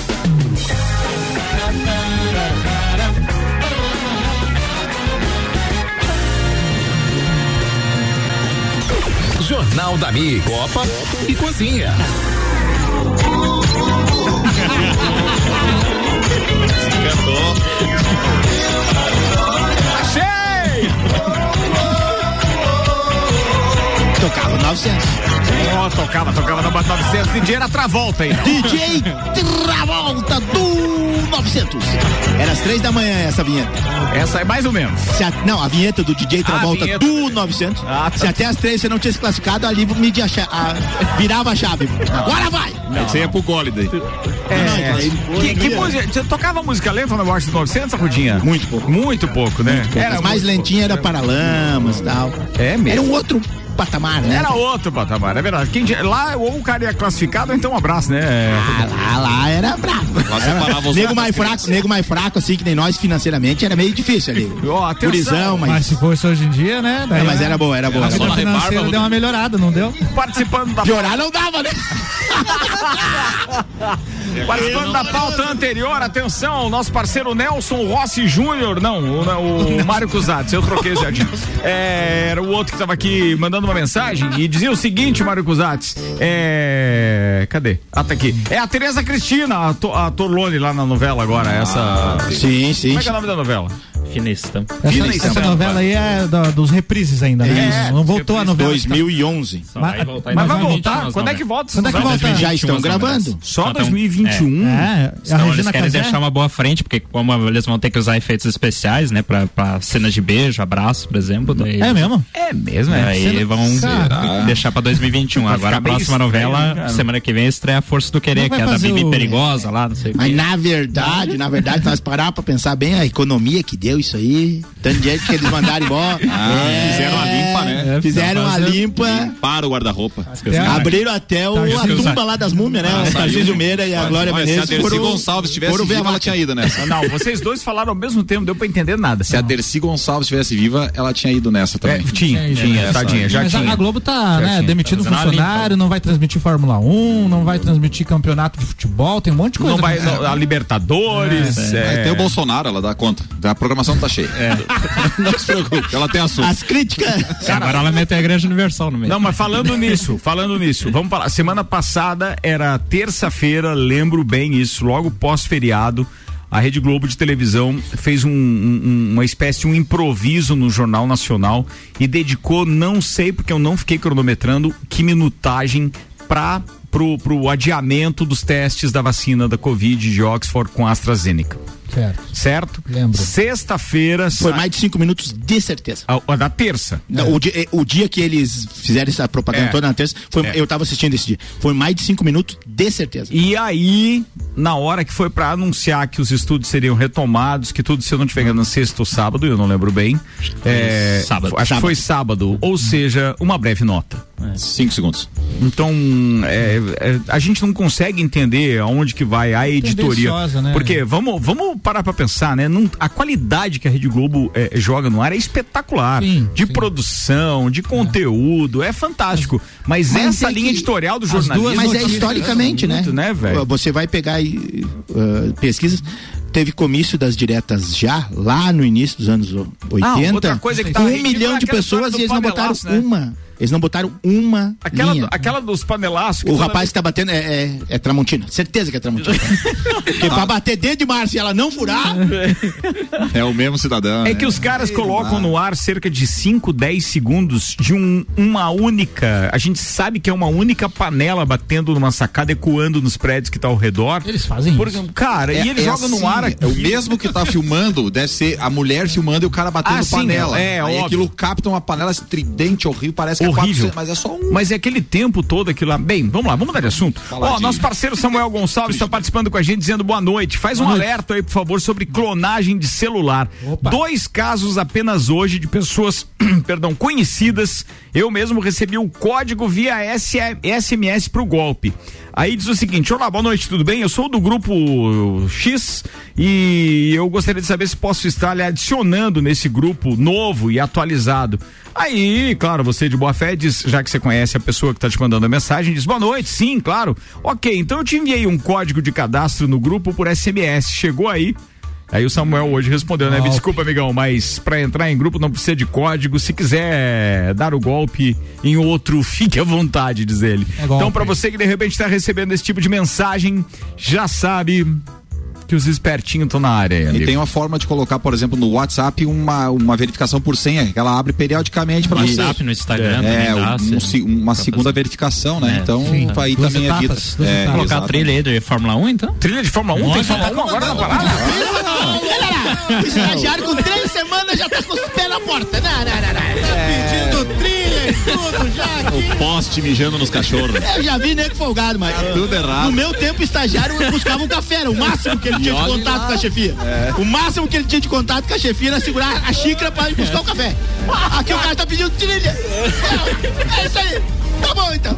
Jornal da Mix, Copa e Cozinha. Achei! Tocava 900. Tocava na banda 900. DJ era Travolta aí. DJ Travolta do 900. Era às 3 da manhã essa vinheta. Essa é mais ou menos. Não, a vinheta do DJ Travolta do 900. Se até às 3 você não tinha se classificado, ali virava a chave. Agora vai! Esse aí é pro gole daí. Que música? Você tocava música lenta no negócio do 900, Rudinha? Muito pouco. Muito pouco, né? As mais lentinhas era Paralamas e tal. É mesmo. Era um outro patamar, né? Era outro patamar, é verdade. Lá ou o cara ia classificado ou então um abraço, né? Lá era bravo. Nego mais fraco, assim, que nem nós financeiramente, era meio difícil ali. Purizão, mas se fosse hoje em dia, né? Daí mas era boa. A vida financeira deu uma melhorada, não deu? Participando da piorar não dava, né? Participando da pauta anterior, atenção, nosso parceiro Nelson Rossi Júnior, o Mário Cusatz, eu troquei esse adinho. Era o outro que estava aqui mandando uma mensagem e dizia o seguinte, Mário Cusatz, cadê? Tá aqui. É a Tereza Cristina, a Torlone lá na novela agora, essa... Sim. Como é que é o nome da novela? Finista. Essa novela aí é dos reprises ainda, né? Não voltou a novela. 2011. Mas vai voltar? Quando é que volta? Quando é que volta? Já estão gravando. Só 2021? Então eles querem deixar uma boa frente, porque como eles vão ter que usar efeitos especiais, né? Pra cenas de beijo, abraço, por exemplo. Daí mesmo? É mesmo, Aí vão deixar pra 2021. Agora a próxima novela, semana que vem, estreia a Força do Querer, que é da Bibi Perigosa lá, não sei o que. Mas na verdade, nós parar pra pensar bem a economia que deu isso aí, tanto de gente que eles mandaram embora. Fizeram a limpa, né? Fizeram a limpa. Limparam o guarda-roupa. Abriram até a tumba lá das múmias, né? O Tarcísio Meira e a Glória Menezes. Se a Dercy Gonçalves tivesse viva, ela tinha ido nessa. Não, vocês dois falaram ao mesmo tempo, deu pra entender nada. Se a Dercy Gonçalves estivesse viva, ela tinha ido nessa também. Tinha, tadinha, já tinha. A Globo tá, demitindo funcionário, não vai transmitir Fórmula 1, não vai transmitir campeonato de futebol, tem um monte de coisa. Não vai, a Libertadores. Tem o Bolsonaro, ela dá conta. A programação tá cheia. Não se preocupe, ela tem assunto. As críticas. Agora ela mete a Igreja Universal no meio. Não, mas falando nisso, vamos falar. Semana passada era terça-feira, lembro bem isso, logo pós-feriado. A Rede Globo de televisão fez uma espécie de um improviso no Jornal Nacional e dedicou, não sei porque eu não fiquei cronometrando, que minutagem pro adiamento dos testes da vacina da Covid de Oxford com a AstraZeneca. Certo? Lembro. Sexta-feira. Foi mais de 5 minutos, de certeza. Da terça. O dia que eles fizeram essa propaganda toda na terça, eu tava assistindo esse dia. Foi mais de 5 minutos, de certeza. E aí, na hora que foi pra anunciar que os estudos seriam retomados, que tudo, se eu não tiver enganado, sexta ou sábado, eu não lembro bem. Sábado. Acho que foi sábado. Ou seja, uma breve nota. 5 segundos. Então, a gente não consegue entender aonde que vai a editoria. Né? Porque vamos parar pra pensar, né? A qualidade que a Rede Globo joga no ar é espetacular. Sim. Produção, de conteúdo, é fantástico. Mas essa linha editorial do jornalismo... Mas historicamente, né? Você vai pegar pesquisas... Teve comício das diretas lá no início dos anos 80. Outra coisa que tá 1 milhão de pessoas e eles não botaram uma. Eles não botaram uma linha. Aquela dos panelaços. O rapaz que tá batendo é Tramontina. Certeza que é Tramontina. Porque pra bater dentro de março e ela não furar... É o mesmo cidadão. É que os caras colocam no ar cerca de 5, 10 segundos de uma única... A gente sabe que é uma única panela batendo numa sacada, ecoando nos prédios que tá ao redor. Eles fazem isso. Cara, e eles jogam no ar... É o mesmo que tá filmando, deve ser a mulher filmando e o cara batendo panela. Aí óbvio. Aquilo capta uma panela estridente, horrível, parece que horrível. É 400, mas é só um. Mas é aquele tempo todo aquilo lá. Bem, vamos lá, vamos mudar de assunto. Nosso parceiro Samuel Gonçalves está participando com a gente, dizendo boa noite. Faz um alerta aí, por favor, sobre clonagem de celular. Opa. 2 casos apenas hoje de pessoas, conhecidas. Eu mesmo recebi o código via SMS pro golpe. Aí diz o seguinte: olá, boa noite, tudo bem? Eu sou do grupo X e eu gostaria de saber se posso estar lhe adicionando nesse grupo novo e atualizado. Aí, claro, você de boa fé diz, já que você conhece a pessoa que está te mandando a mensagem, diz boa noite, sim, claro. Ok, então eu te enviei um código de cadastro no grupo por SMS, chegou aí. Aí o Samuel hoje respondeu, né? Me desculpa, amigão, mas pra entrar em grupo não precisa de código. Se quiser dar o golpe em outro, fique à vontade, diz ele. Então, pra você que de repente tá recebendo esse tipo de mensagem, já sabe que os espertinhos estão na área. E tem uma forma de colocar, por exemplo, no WhatsApp uma verificação por senha, que ela abre periodicamente para você. No WhatsApp, no Instagram, uma segunda verificação, né? Então, aí também evita. Colocar a trilha aí de Fórmula 1, então? Trilha de Fórmula 1? Tem Fórmula 1 agora na parada? O estagiário com 3 semanas já tá com os pés na porta. Não. Pedindo trilha e tudo já aqui. O poste mijando nos cachorros. Eu já vi nego folgado, mas tudo errado. No meu tempo, o estagiário buscava um café, era o máximo que ele tinha de contato com a chefia. O máximo que ele tinha de contato com a chefia era segurar a xícara pra ir buscar o café. Aqui o cara tá pedindo trilha. É isso aí. Tá bom, então.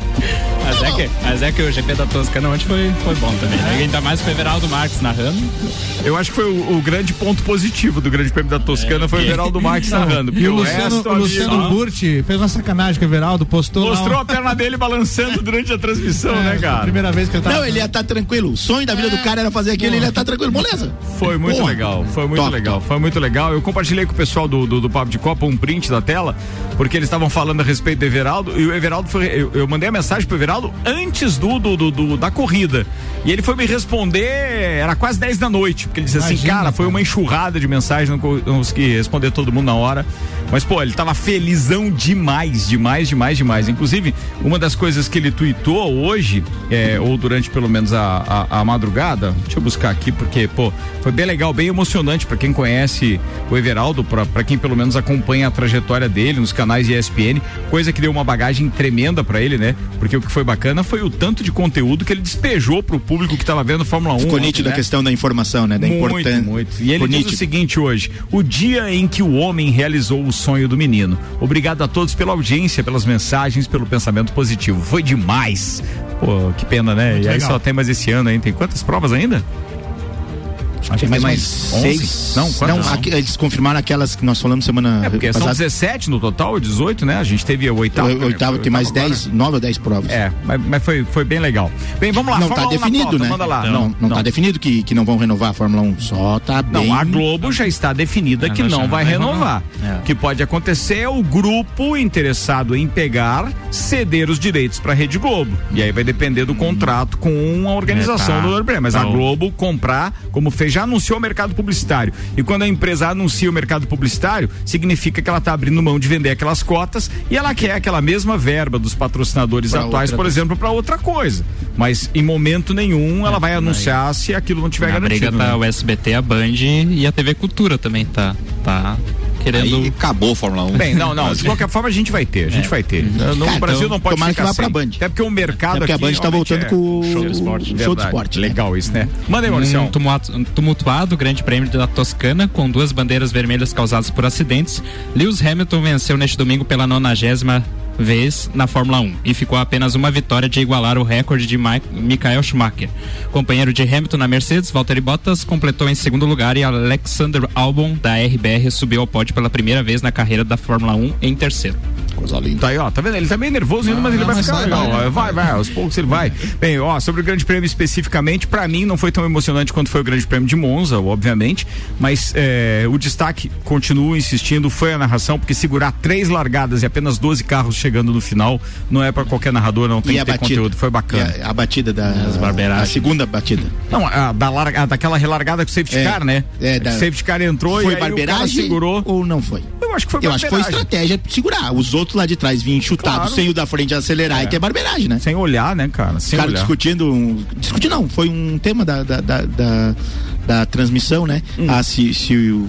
Mas é que o GP da Toscana ontem foi bom também. Ainda mais com o Everaldo Marques narrando. Eu acho que foi o grande ponto positivo do Grande Prêmio da Toscana foi o Everaldo Marques narrando. E o Luciano Burti fez uma sacanagem com o Everaldo, mostrou a perna dele balançando durante a transmissão, né, cara? Primeira vez que ele tava... Não, ele ia estar tranquilo. O sonho da vida do cara era fazer aquilo, ele ia estar tranquilo, beleza? Foi muito legal, foi muito legal. Eu compartilhei com o pessoal do Papo de Copa um print da tela, porque eles estavam falando a respeito do Everaldo, e o Everaldo eu mandei a mensagem pro Everaldo antes da corrida, e ele foi me responder, era quase 10 da noite, porque ele disse assim, cara, foi uma enxurrada de mensagens, não consegui responder todo mundo na hora, mas pô, ele tava felizão demais. Inclusive, uma das coisas que ele tweetou hoje, ou durante pelo menos a madrugada, deixa eu buscar aqui, porque pô, foi bem legal, bem emocionante pra quem conhece o Everaldo, pra quem pelo menos acompanha a trajetória dele nos canais ESPN, coisa que deu uma bagagem tremenda pra ele, né? Porque o que foi bacana foi o tanto de conteúdo que ele despejou pro público que tava vendo Fórmula 1. Ficou nítido, né? A questão da informação, né? Da importância. Muito. E ele diz o seguinte hoje: o dia em que o homem realizou o sonho do menino. Obrigado a todos pela audiência, pelas mensagens, pelo pensamento positivo. Foi demais. Pô, que pena, né? Muito e aí legal. Só tem mais esse ano aí. Tem quantas provas ainda? Acho que tem mais 6. Não, eles confirmaram aquelas que nós falamos semana porque passada. São 17 no total, 18, né? A gente teve o oitavo. O oitavo tem mais 10, 9 ou 10 provas. Mas foi bem legal. Bem, vamos lá. Não tá definido, né? Manda lá. Não tá definido que não vão renovar a Fórmula 1. Só tá bem... Não, a Globo já está definida que não vai renovar. O que pode acontecer é o grupo interessado em pegar, ceder os direitos pra Rede Globo. E aí vai depender do contrato com a organização do Grande Prêmio. Mas a Globo comprar, como fez, já anunciou o mercado publicitário. E quando a empresa anuncia o mercado publicitário, significa que ela está abrindo mão de vender aquelas cotas e ela quer aquela mesma verba dos patrocinadores atuais, por exemplo, para outra coisa. Mas em momento nenhum ela vai anunciar se aquilo não tiver garantido. A briga tá o SBT, a Band e a TV Cultura também tá querendo... Aí acabou a Fórmula 1. Bem, não, de qualquer forma a gente vai ter, No Brasil não pode ficar sem. Band. Até porque o mercado aqui... a Band tá voltando com o show de esporte. Legal isso, né? Manda aí, Maurício. Tumultuado Grande Prêmio da Toscana, com 2 bandeiras vermelhas causadas por acidentes, Lewis Hamilton venceu neste domingo pela 90ª vez na Fórmula 1 e ficou a apenas uma vitória de igualar o recorde de Michael Schumacher. Companheiro de Hamilton na Mercedes, Valtteri Bottas completou em segundo lugar e Alexander Albon da RBR subiu ao pódio pela primeira vez na carreira da Fórmula 1 em terceiro. Coisa linda. Tá aí, ó, tá vendo? Ele tá meio nervoso ainda, mas ele vai ficar legal. Vai, aos poucos ele vai. Bem, ó, sobre o Grande Prêmio especificamente, pra mim não foi tão emocionante quanto foi o Grande Prêmio de Monza, obviamente, mas o destaque, continuo insistindo, foi a narração, porque segurar 3 largadas e apenas 12 carros chegando no final, não é pra qualquer narrador, não tem que ter conteúdo, foi bacana. A batida das barberagens. A segunda batida. Não, daquela relargada com o safety car, né? O safety car entrou foi e aí barberagem, o cara segurou. Ou não foi? Eu acho que foi barberagem. Eu acho que foi estratégia de segurar. Os outros lá de trás vinham chutados, sem o da frente acelerar, e que é barberagem, né? Sem olhar, né, cara? Sem cara olhar. Discutindo não, foi um tema da transmissão, né? Fugiu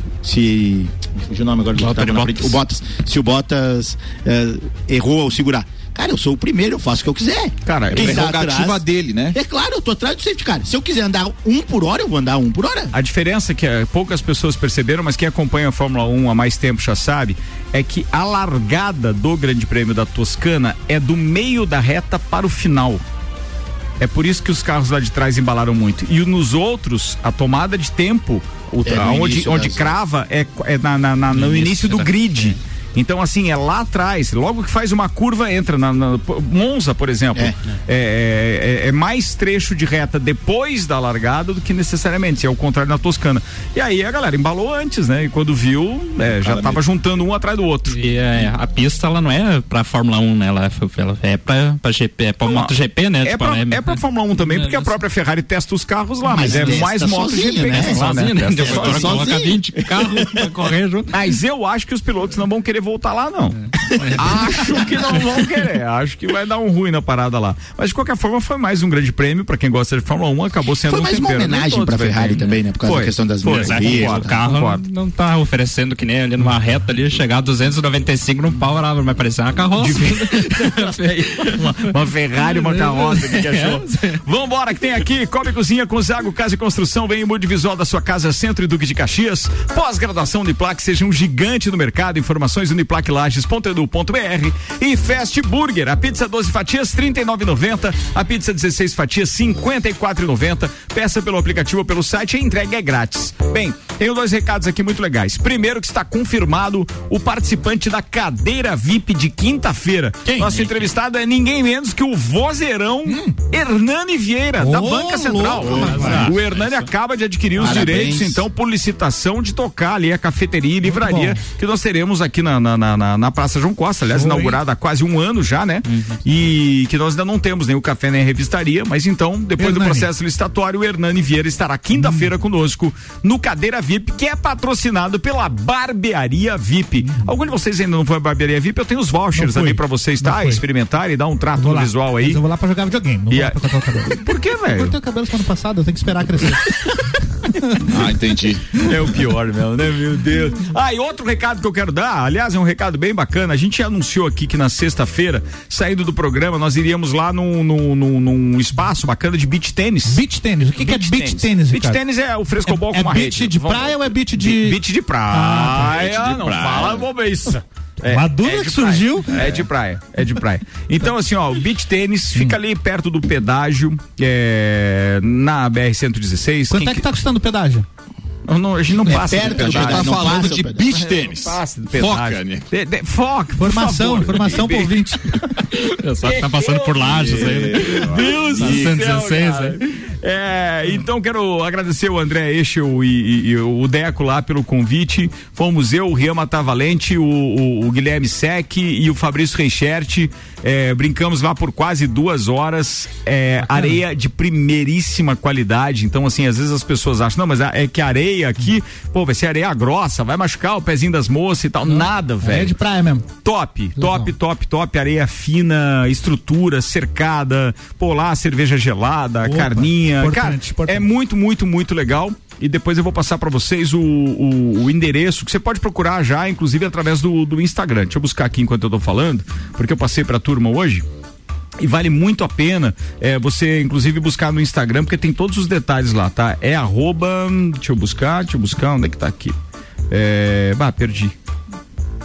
o nome agora o Bottas. Se o Bottas errou ao segurar. Cara, eu sou o primeiro, eu faço o que eu quiser. Cara, é prerrogativa dele, né? É claro, eu tô atrás do safety car. Se eu quiser andar 1 por hora, eu vou andar 1 por hora. A diferença que poucas pessoas perceberam, mas quem acompanha a Fórmula 1 há mais tempo já sabe, é que a largada do Grande Prêmio da Toscana é do meio da reta para o final. É por isso que os carros lá de trás embalaram muito. E nos outros, a tomada de tempo, onde crava, no início do grid. Então, assim, é lá atrás, logo que faz uma curva, entra na Monza, por exemplo, é mais trecho de reta depois da largada do que necessariamente, é o contrário na Toscana. E aí a galera embalou antes, né? E quando viu, já tava juntando um atrás do outro. E a pista, ela não é pra Fórmula 1, né? Ela é pra GP, é pra MotoGP, né? É pra Fórmula 1 também, porque a própria Ferrari testa os carros lá, mas é mais MotoGP, né? Sozinho, né? Coloca 20 carros pra correr junto. Mas eu acho que os pilotos não vão querer voltar lá, não. Acho que não vão querer. Acho que vai dar um ruim na parada lá. Mas de qualquer forma, foi mais um grande prêmio pra quem gosta de Fórmula 1. Acabou sendo foi mais uma homenagem pra Ferrari também, né? Por causa da questão das melhorias. O carro não tá oferecendo que nem ali numa reta ali, chegar a 295 no pau, vai parecer uma carroça. Uma Ferrari, uma carroça que achou. Vambora, que tem aqui Cobre Cozinha com Zago Casa e Construção. Vem o mundo visual da sua casa, Centro e Duque de Caxias. Pós-graduação Uniplac, seja um gigante no mercado. Informações uniplaclages.edu.br e Fast Burger, a pizza 12 fatias R$39,90, a pizza 16 fatias R$54,90. Peça pelo aplicativo ou pelo site e a entrega é grátis. Bem, tenho 2 recados aqui muito legais. Primeiro, que está confirmado o participante da cadeira VIP de quinta-feira. Nosso entrevistado é ninguém menos que o vozeirão Hernani Vieira, da Banca Central. O Hernani acaba de adquirir os direitos, então, por licitação, de tocar ali a cafeteria e livraria que nós teremos aqui na Praça João Costa, aliás, inaugurada há quase 1 ano já, né? E que nós ainda não temos nem o café nem a revistaria, mas então, depois do processo licitatório, o Hernani Vieira estará quinta-feira conosco no Cadeira VIP, que é patrocinado pela Barbearia VIP. Algum de vocês ainda não foi à Barbearia VIP? Eu tenho os vouchers ali pra vocês, tá? Experimentar e dar um trato no visual aí. Mas eu vou lá pra jogar videogame, não vou lá pra cortar o cabelo. Por que, velho? Eu cortei o cabelo semana passada, eu tenho que esperar crescer. Entendi. É o pior, meu, né? Meu Deus. E outro recado que eu quero dar, aliás, é um recado bem bacana. A gente anunciou aqui que na sexta-feira, saindo do programa, nós iríamos lá num espaço bacana de beach tênis. Beach tênis? O que é beach tênis? Beach tênis é o frescobol com uma rede. É beach de praia ou é beach de... Beach de praia. Não fala bobeça. Uma dúvida que surgiu. É de praia. Então, assim, ó, o beach tênis fica ali perto do pedágio, na BR-116. Quanto é que tá custando o pedágio? A gente não passa perto do pedágio. Tá falando de beach tênis. Foca, né? Foca. Informação pro ouvinte. Só que tá passando por Lages aí, né? Deus do céu, então quero agradecer o André Echel e o Deco lá pelo convite. Fomos eu, o Rian Matavalente, o Guilherme Sec e o Fabrício Reichert. Brincamos lá por quase 2 horas. Areia de primeiríssima qualidade. Então, assim, às vezes as pessoas acham, não, mas é que a areia aqui, vai ser areia grossa, vai machucar o pezinho das moças e tal. Nada, velho. É de praia mesmo. Top. Areia fina, estrutura, cercada. Lá, cerveja gelada, carninha. Importante. É muito, muito, muito legal. E depois eu vou passar para vocês o endereço que você pode procurar já, inclusive através do Instagram. Deixa eu buscar aqui enquanto eu tô falando, porque eu passei pra turma hoje. E vale muito a pena você, inclusive, buscar no Instagram, porque tem todos os detalhes lá, tá? Deixa eu buscar, onde é que tá aqui? Perdi.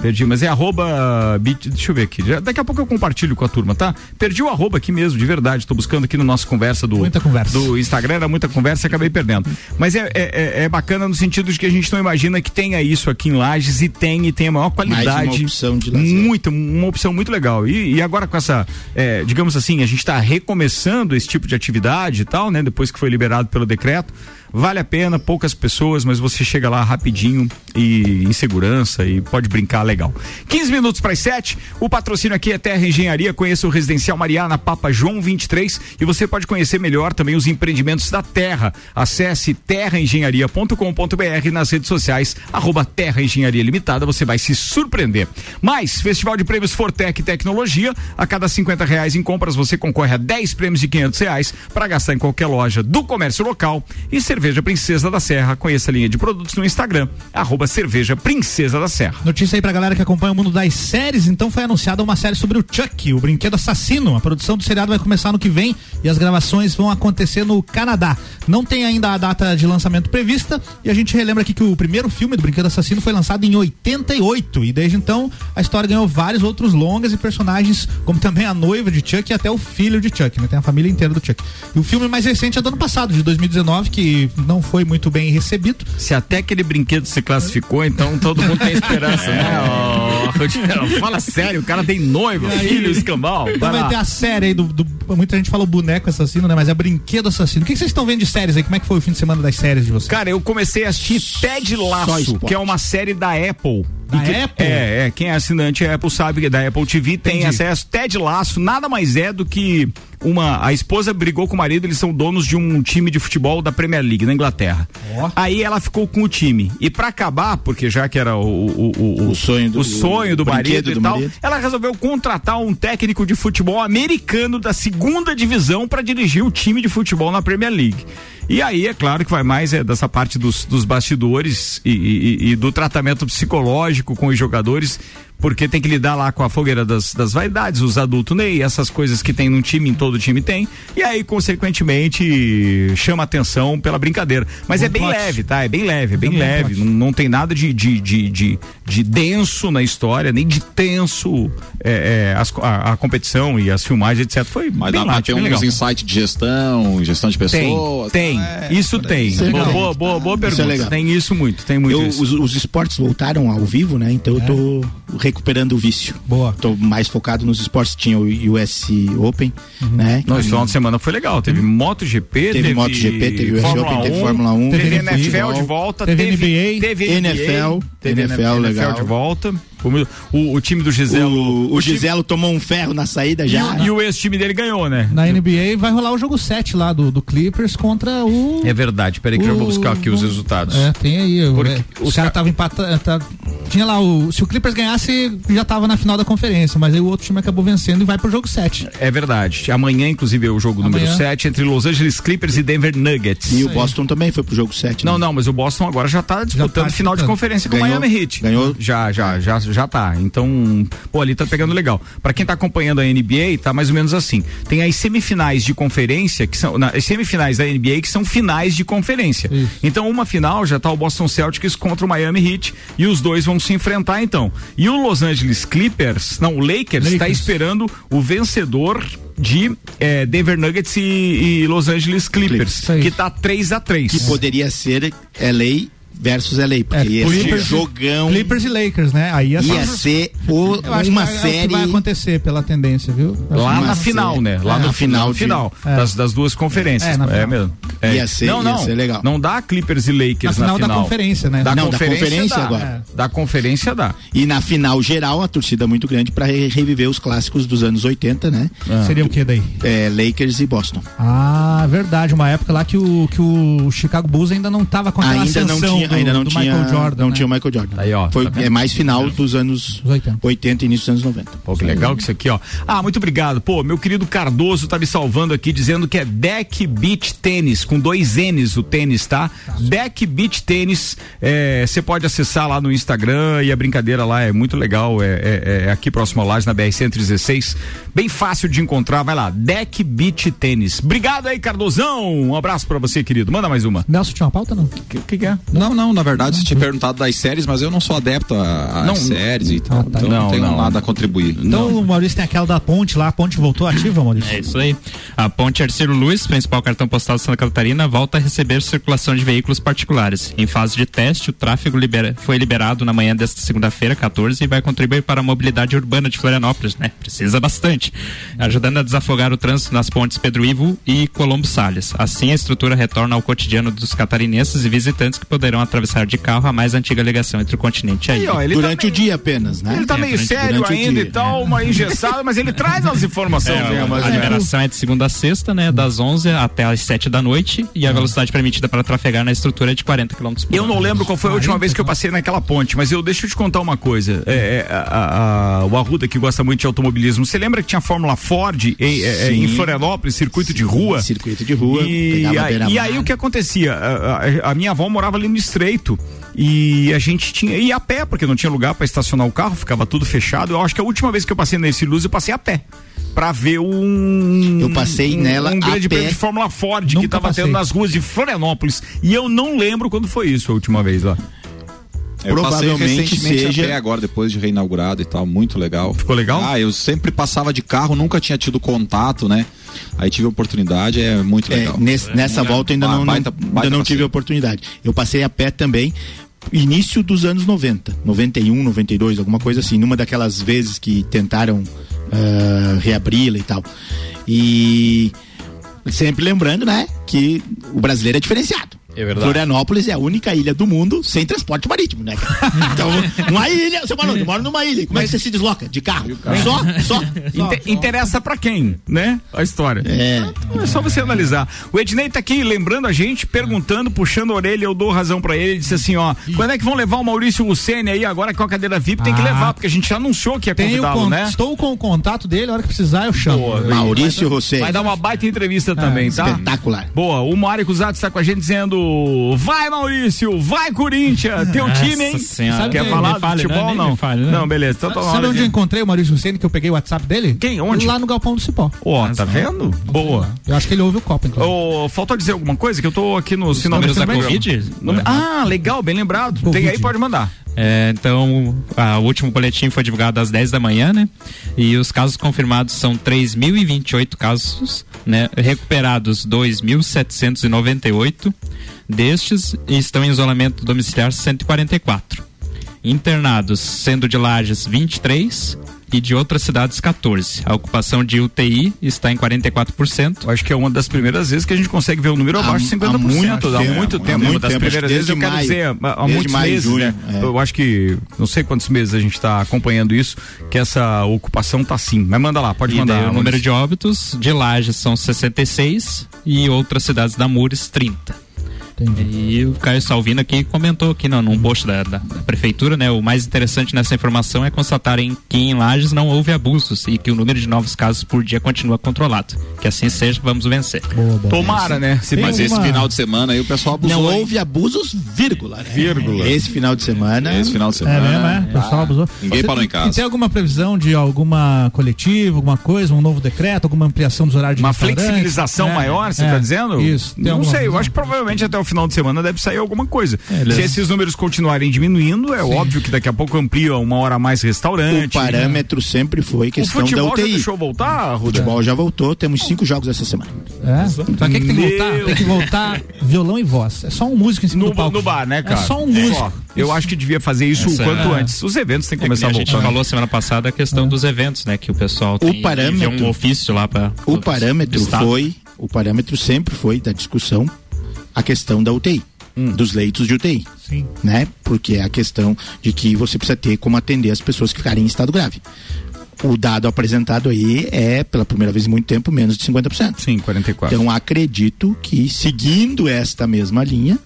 Perdi, mas é arroba, deixa eu ver aqui, daqui a pouco eu compartilho com a turma, tá? Perdi o arroba aqui mesmo, de verdade, tô buscando aqui no nosso conversa do Instagram, era muita conversa e acabei perdendo. Mas é bacana no sentido de que a gente não imagina que tenha isso aqui em Lages e tem a maior qualidade. Mais uma opção de lazer. Uma opção muito legal. E agora com essa, digamos assim, a gente tá recomeçando esse tipo de atividade e tal, né? Depois que foi liberado pelo decreto. Vale a pena, poucas pessoas, mas você chega lá rapidinho e em segurança e pode brincar legal. 15 minutos para as 7, o patrocínio aqui é Terra Engenharia, conheça o Residencial Mariá na Papa João 23 e você pode conhecer melhor também os empreendimentos da Terra. Acesse terraengenharia.com.br nas redes sociais, @Terra Engenharia Limitada, você vai se surpreender. Mais, Festival de Prêmios Fortec Tecnologia, a cada R$50 em compras você concorre a 10 prêmios de R$500 para gastar em qualquer loja do comércio local. E Cerveja Princesa da Serra, conheça a linha de produtos no Instagram, @Cerveja Princesa da Serra. Notícia aí pra galera que acompanha o mundo das séries, então foi anunciada uma série sobre o Chuck, o brinquedo assassino. A produção do seriado vai começar no que vem e as gravações vão acontecer no Canadá. Não tem ainda a data de lançamento prevista e a gente relembra aqui que o primeiro filme do Brinquedo Assassino foi lançado em 88 e desde então a história ganhou vários outros longas e personagens, como também a noiva de Chuck e até o filho de Chuck, né? Tem a família inteira do Chuck. E o filme mais recente é do ano passado, de 2019, que não foi muito bem recebido. Se até aquele brinquedo se classificou, então todo mundo tem esperança, né? Fala sério, o cara tem noiva, filho, escambau. Então vai ter a série aí muita gente fala o boneco assassino, né? Mas é brinquedo assassino. O que vocês estão vendo de séries aí? Como é que foi o fim de semana das séries de vocês? Cara, eu comecei a assistir Ted Lasso, que é uma série da Apple. Apple? Quem é assinante Apple sabe que da Apple TV tem acesso. Ted Lasso nada mais é do que a esposa brigou com o marido, eles são donos de um time de futebol da Premier League na Inglaterra. Aí ela ficou com o time. E pra acabar, porque já que era o sonho do marido e tal, ela resolveu contratar um técnico de futebol americano da segunda divisão pra dirigir o time de futebol na Premier League. E aí, é claro que vai mais dessa parte dos bastidores e do tratamento psicológico com os jogadores, porque tem que lidar lá com a fogueira das vaidades, os adultos, né? E essas coisas que tem num time, em todo time tem. E aí, consequentemente, chama atenção pela brincadeira. Mas é bem leve, tá? É bem leve, Não tem nada de denso na história, nem de tenso a competição e as filmagens, etc. Foi mas bem lá, tem uns insights de gestão de pessoas. Tem. Isso tem. Boa pergunta. Isso tem isso muito, tem muito isso. Os esportes voltaram ao vivo, né? Então eu tô recuperando o vício. Boa. Tô mais focado nos esportes. Tinha o US Open, né? Esse final de semana foi legal. Teve MotoGP, teve MotoGP, teve US Open, teve Fórmula 1, teve NFL de volta, teve NBA, teve NFL legal de volta. O time do Giselo. O Giselo tomou um ferro na saída já. E o ex-time dele ganhou, né? Na NBA vai rolar o jogo 7 lá do Clippers contra o. É verdade, peraí que eu vou buscar aqui os resultados. Tem aí. Os caras estavam empatando. Tinha lá se o Clippers ganhasse, já tava na final da conferência, mas aí o outro time acabou vencendo e vai pro jogo 7. É verdade. Amanhã, inclusive, é o jogo número 7 entre Los Angeles Clippers e Denver Nuggets. E o Boston também foi pro jogo 7. Não, mas o Boston agora já tá disputando final de conferência com o Miami Heat. Ganhou? Já tá. Então, ali tá pegando legal. Pra quem tá acompanhando a NBA, tá mais ou menos assim. Tem as semifinais de conferência, que são as semifinais da NBA, que são finais de conferência. Isso. Então, uma final já tá o Boston Celtics contra o Miami Heat e os dois vão se enfrentar então. E o Los Angeles o Lakers tá esperando o vencedor de Denver Nuggets e Los Angeles Clippers, que tá 3-3. Que poderia ser LA versus LA, porque ia ser jogão. Clippers e Lakers, né? Aí ia ser uma série. Que vai acontecer pela tendência, viu? Lá na final, né? Lá no final das duas conferências. Mesmo. Ia ser legal. Não dá Clippers e Lakers na final. Da conferência, né? Da conferência dá. Agora. Da conferência dá. E na final geral, a torcida muito grande pra reviver os clássicos dos anos 80, né? Seria o que daí? Lakers e Boston. Verdade. Uma época lá que o Chicago Bulls ainda não tava com aquela ascensão. Ainda não tinha Michael Jordan, não tinha o Michael Jordan. Aí, ó, foi mais final dos anos 80 e início dos anos 90. Pô, que legal que isso aqui, ó. Muito obrigado. Pô, meu querido Cardoso tá me salvando aqui dizendo que é Deck Beach Tênis. com 2 N's o tênis, tá? Deck Beach Tênis, você pode acessar lá no Instagram e a brincadeira lá é muito legal, é aqui próximo ao Lages, na BR-116, bem fácil de encontrar, vai lá, Deck Beach Tênis. Obrigado aí, Cardozão, um abraço pra você, querido, manda mais uma. Nelson, tinha uma pauta, não? O que é? Não, na verdade, você tinha perguntado das séries, mas eu não sou adepto às séries e tal, então não tenho nada a contribuir. Então o Maurício tem aquela da ponte lá, a ponte voltou ativa, Maurício? É isso aí. A ponte Arcílio Luz, principal cartão postal de Santa Catarina, volta a receber circulação de veículos particulares. Em fase de teste, o tráfego foi liberado na manhã desta segunda-feira, 14, e vai contribuir para a mobilidade urbana de Florianópolis, né? Precisa bastante. Ajudando a desafogar o trânsito nas pontes Pedro Ivo e Colombo Salles. Assim, a estrutura retorna ao cotidiano dos catarinenses e visitantes que poderão atravessar de carro a mais antiga ligação entre o continente e aí. Durante o dia apenas, né? Ele tá meio sério ainda e tal, uma engessada, mas ele traz as informações. A liberação é de segunda a sexta, né? Das 11 até as 7 da noite e a velocidade permitida para trafegar na estrutura é de 40 km por hora. Eu não lembro qual foi a última vez que eu passei naquela ponte, mas deixa eu te contar uma coisa. O Arruda, que gosta muito de automobilismo, você lembra que tinha a Fórmula Ford em Florianópolis, circuito de rua? Circuito de rua. E aí o que acontecia? A minha avó morava ali no Estreito. E a gente tinha ia a pé, porque não tinha lugar para estacionar o carro, ficava tudo fechado. Eu acho que a última vez que eu passei nesse Luz, eu passei a pé. Pra ver eu passei nela um grande prêmio de Fórmula Ford que tava tendo nas ruas de Florianópolis. E eu não lembro quando foi isso a última vez lá. Eu provavelmente seja até agora, depois de reinaugurado e tal, muito legal. Ficou legal? Eu sempre passava de carro, nunca tinha tido contato, né? Aí tive a oportunidade, é muito legal. Nessa volta ainda não tive a oportunidade. Eu passei a pé também, início dos anos 90, 91, 92, alguma coisa assim, numa daquelas vezes que tentaram reabri-la e tal. E sempre lembrando, né, que o brasileiro é diferenciado. É verdade. Florianópolis é a única ilha do mundo sem transporte marítimo, né? Então, uma ilha, você falou, eu moro numa ilha. Como é que você se desloca? De carro? Só. Interessa pra quem, né? A história. É só você analisar. O Ednei tá aqui lembrando a gente, perguntando, puxando a orelha, eu dou razão pra ele, disse assim, ó, quando é que vão levar o Maurício Lucene aí agora com a cadeira VIP? Tem que levar, porque a gente já anunciou que ia convidá-lo, né? Estou com o contato dele, a hora que precisar eu chamo. Boa, Maurício Lucene. Vai dar uma baita entrevista também, tá? Espetacular. Boa, o Mário Cusado está com a gente dizendo, vai Maurício, vai Corinthians, teu time, hein? Sabe quer falar de futebol, não? Não, beleza. Então, sabe onde eu encontrei o Maurício Lucene, que eu peguei o WhatsApp dele? Quem? Onde? Lá no Galpão do Cipó. Tá vendo? Boa. Eu acho que ele ouve o copo, então. Faltou dizer alguma coisa? Que eu tô aqui no números da Covid? Legal, bem lembrado. Tem aí, pode mandar. Então, o último boletim foi divulgado às 10 da manhã, né? E os casos confirmados são 3.028 casos, né? Recuperados 2.798. Destes estão em isolamento domiciliar 144. Internados, sendo de Lages 23 e de outras cidades 14. A ocupação de UTI está em 44%. Acho que é uma das primeiras vezes que a gente consegue ver o número abaixo de 50%. Há muito tempo. Uma das primeiras vezes, eu quero dizer, há muitos meses, né? Eu acho que, não sei quantos meses a gente está acompanhando isso, que essa ocupação tá assim. Mas manda lá, pode mandar. O número de óbitos de Lages são 66 e outras cidades da Mures 30. Entendi. E o Caio Salvino aqui comentou aqui num post da prefeitura, né? O mais interessante nessa informação é constatarem que em Lages não houve abusos e que o número de novos casos por dia continua controlado. Que assim seja, vamos vencer. Boa. Tomara, né? Mas esse final de semana aí o pessoal abusou. Não houve abusos, vírgula, né? Esse final de semana. O pessoal abusou. Ninguém parou em casa. E tem alguma previsão de alguma coletiva, alguma coisa, um novo decreto, alguma ampliação dos horários de uma flexibilização maior, você tá dizendo? Isso. Não sei, eu acho que provavelmente até o final de semana deve sair alguma coisa. Se esses números continuarem diminuindo, óbvio que daqui a pouco amplia uma hora a mais restaurante. O parâmetro sempre foi questão da UTI. O futebol já deixou voltar, Ruda? O futebol já voltou, temos 5 jogos essa semana. Só que tem que voltar? Tem que voltar violão e voz. É só um músico em cima do palco. No bar, né, cara? É só um músico. Eu acho que devia fazer isso o quanto antes. Os eventos têm que começar a voltar. A gente falou semana passada a questão dos eventos, né? Que o pessoal tem um ofício lá para o parâmetro sempre foi da discussão a questão da UTI. Dos leitos de UTI. Sim. Né? Porque é a questão de que você precisa ter como atender as pessoas que ficarem em estado grave. O dado apresentado aí é, pela primeira vez em muito tempo, menos de 50%. Sim, 44%. Então acredito que, seguindo esta mesma linha,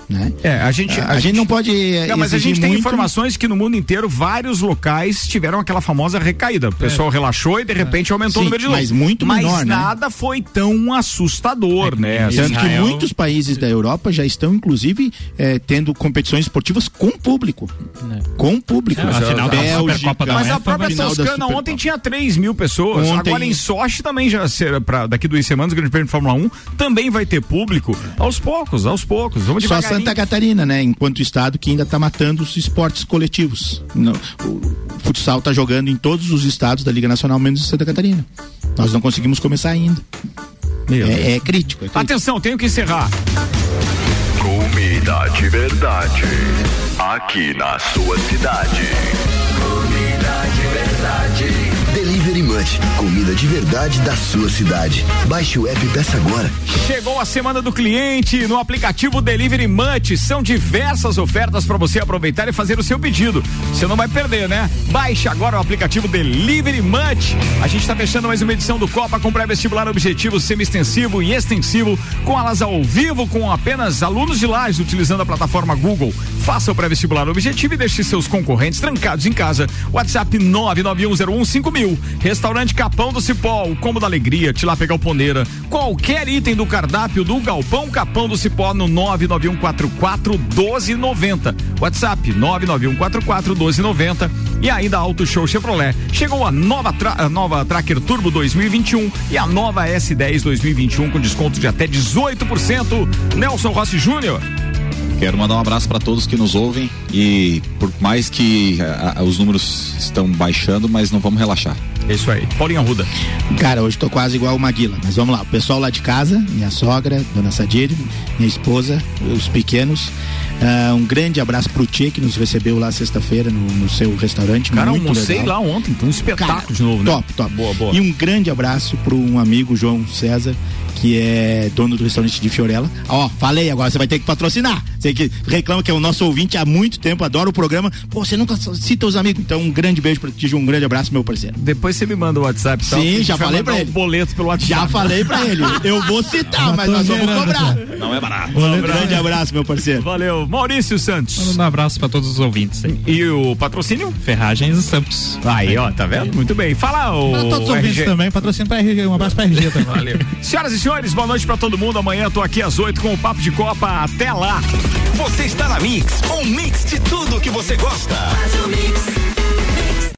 né? A gente não pode. Mas a gente tem informações que no mundo inteiro vários locais tiveram aquela famosa recaída. O pessoal relaxou e de repente aumentou o número de mas muito menor, mas nada foi tão assustador, né? Tanto que muitos países da Europa já estão, inclusive, tendo competições esportivas com público. Com público. Bélgica, mas a própria Toscana ontem tinha 3 mil pessoas. Agora em Sochi também já será daqui 2 semanas, o Grande Prêmio de Fórmula 1 também vai ter público. Aos poucos. Vamos só Santa Catarina, né? Enquanto estado que ainda está matando os esportes coletivos. O futsal está jogando em todos os estados da Liga Nacional, menos em Santa Catarina. Nós não conseguimos começar ainda. É crítico. Atenção, tenho que encerrar. Comida de verdade, aqui na sua cidade. Comida de verdade. Delivery Munch, comida de verdade da sua cidade. Baixe o app e peça agora. Chegou a semana do cliente no aplicativo Delivery Munch. São diversas ofertas para você aproveitar e fazer o seu pedido. Você não vai perder, né? Baixe agora o aplicativo Delivery Munch. A gente está fechando mais uma edição do Copa com pré-vestibular objetivo, semi-extensivo e extensivo, com aulas ao vivo com apenas alunos de Lages utilizando a plataforma Google. Faça o pré-vestibular objetivo e deixe seus concorrentes trancados em casa. WhatsApp 991015000. Restaurante Capão do Cipó, o combo da alegria, Tilápia Galponeira. Qualquer item do cardápio do Galpão Capão do Cipó no 991441290. WhatsApp 991441290. E ainda Auto Show Chevrolet. Chegou a nova Tracker Turbo 2021 e a nova S10 2021 com desconto de até 18%. Nelson Rossi Júnior. Quero mandar um abraço para todos que nos ouvem e por mais que os números estão baixando, mas não vamos relaxar. É isso aí. Paulinho Arruda. Cara, hoje tô quase igual o Maguila, mas vamos lá. O pessoal lá de casa, minha sogra, dona Sadir, minha esposa, os pequenos. Um grande abraço pro Tchê, que nos recebeu lá sexta-feira no seu restaurante. Cara, almocei lá ontem, foi um espetáculo. Cara, de novo, né? Top. Boa. E um grande abraço pro um amigo, João César, que é dono do restaurante de Fiorella. Falei, agora você vai ter que patrocinar. Você que reclama que é o nosso ouvinte há muito tempo, adora o programa. Pô, você nunca cita os amigos. Então, um grande beijo pra ti, um grande abraço, meu parceiro. Depois você me manda o WhatsApp. Sim, já falei pra ele. Boleto pelo WhatsApp. Já falei pra ele. Eu vou citar, mas nós vamos cobrar. Não é barato. Um grande abraço, meu parceiro. Valeu. Maurício Santos. Um abraço pra todos os ouvintes aí. E o patrocínio? Ferragens e Santos. Aí, tá vendo? Muito bem. Fala o pra todos os ouvintes também, patrocínio pra RG, um abraço pra RG também. Valeu. Senhoras e senhores, boa noite pra todo mundo. Amanhã eu tô aqui às 8 com o Papo de Copa. Até lá. Você está na Mix, um mix de tudo que você gosta. Faz o mix.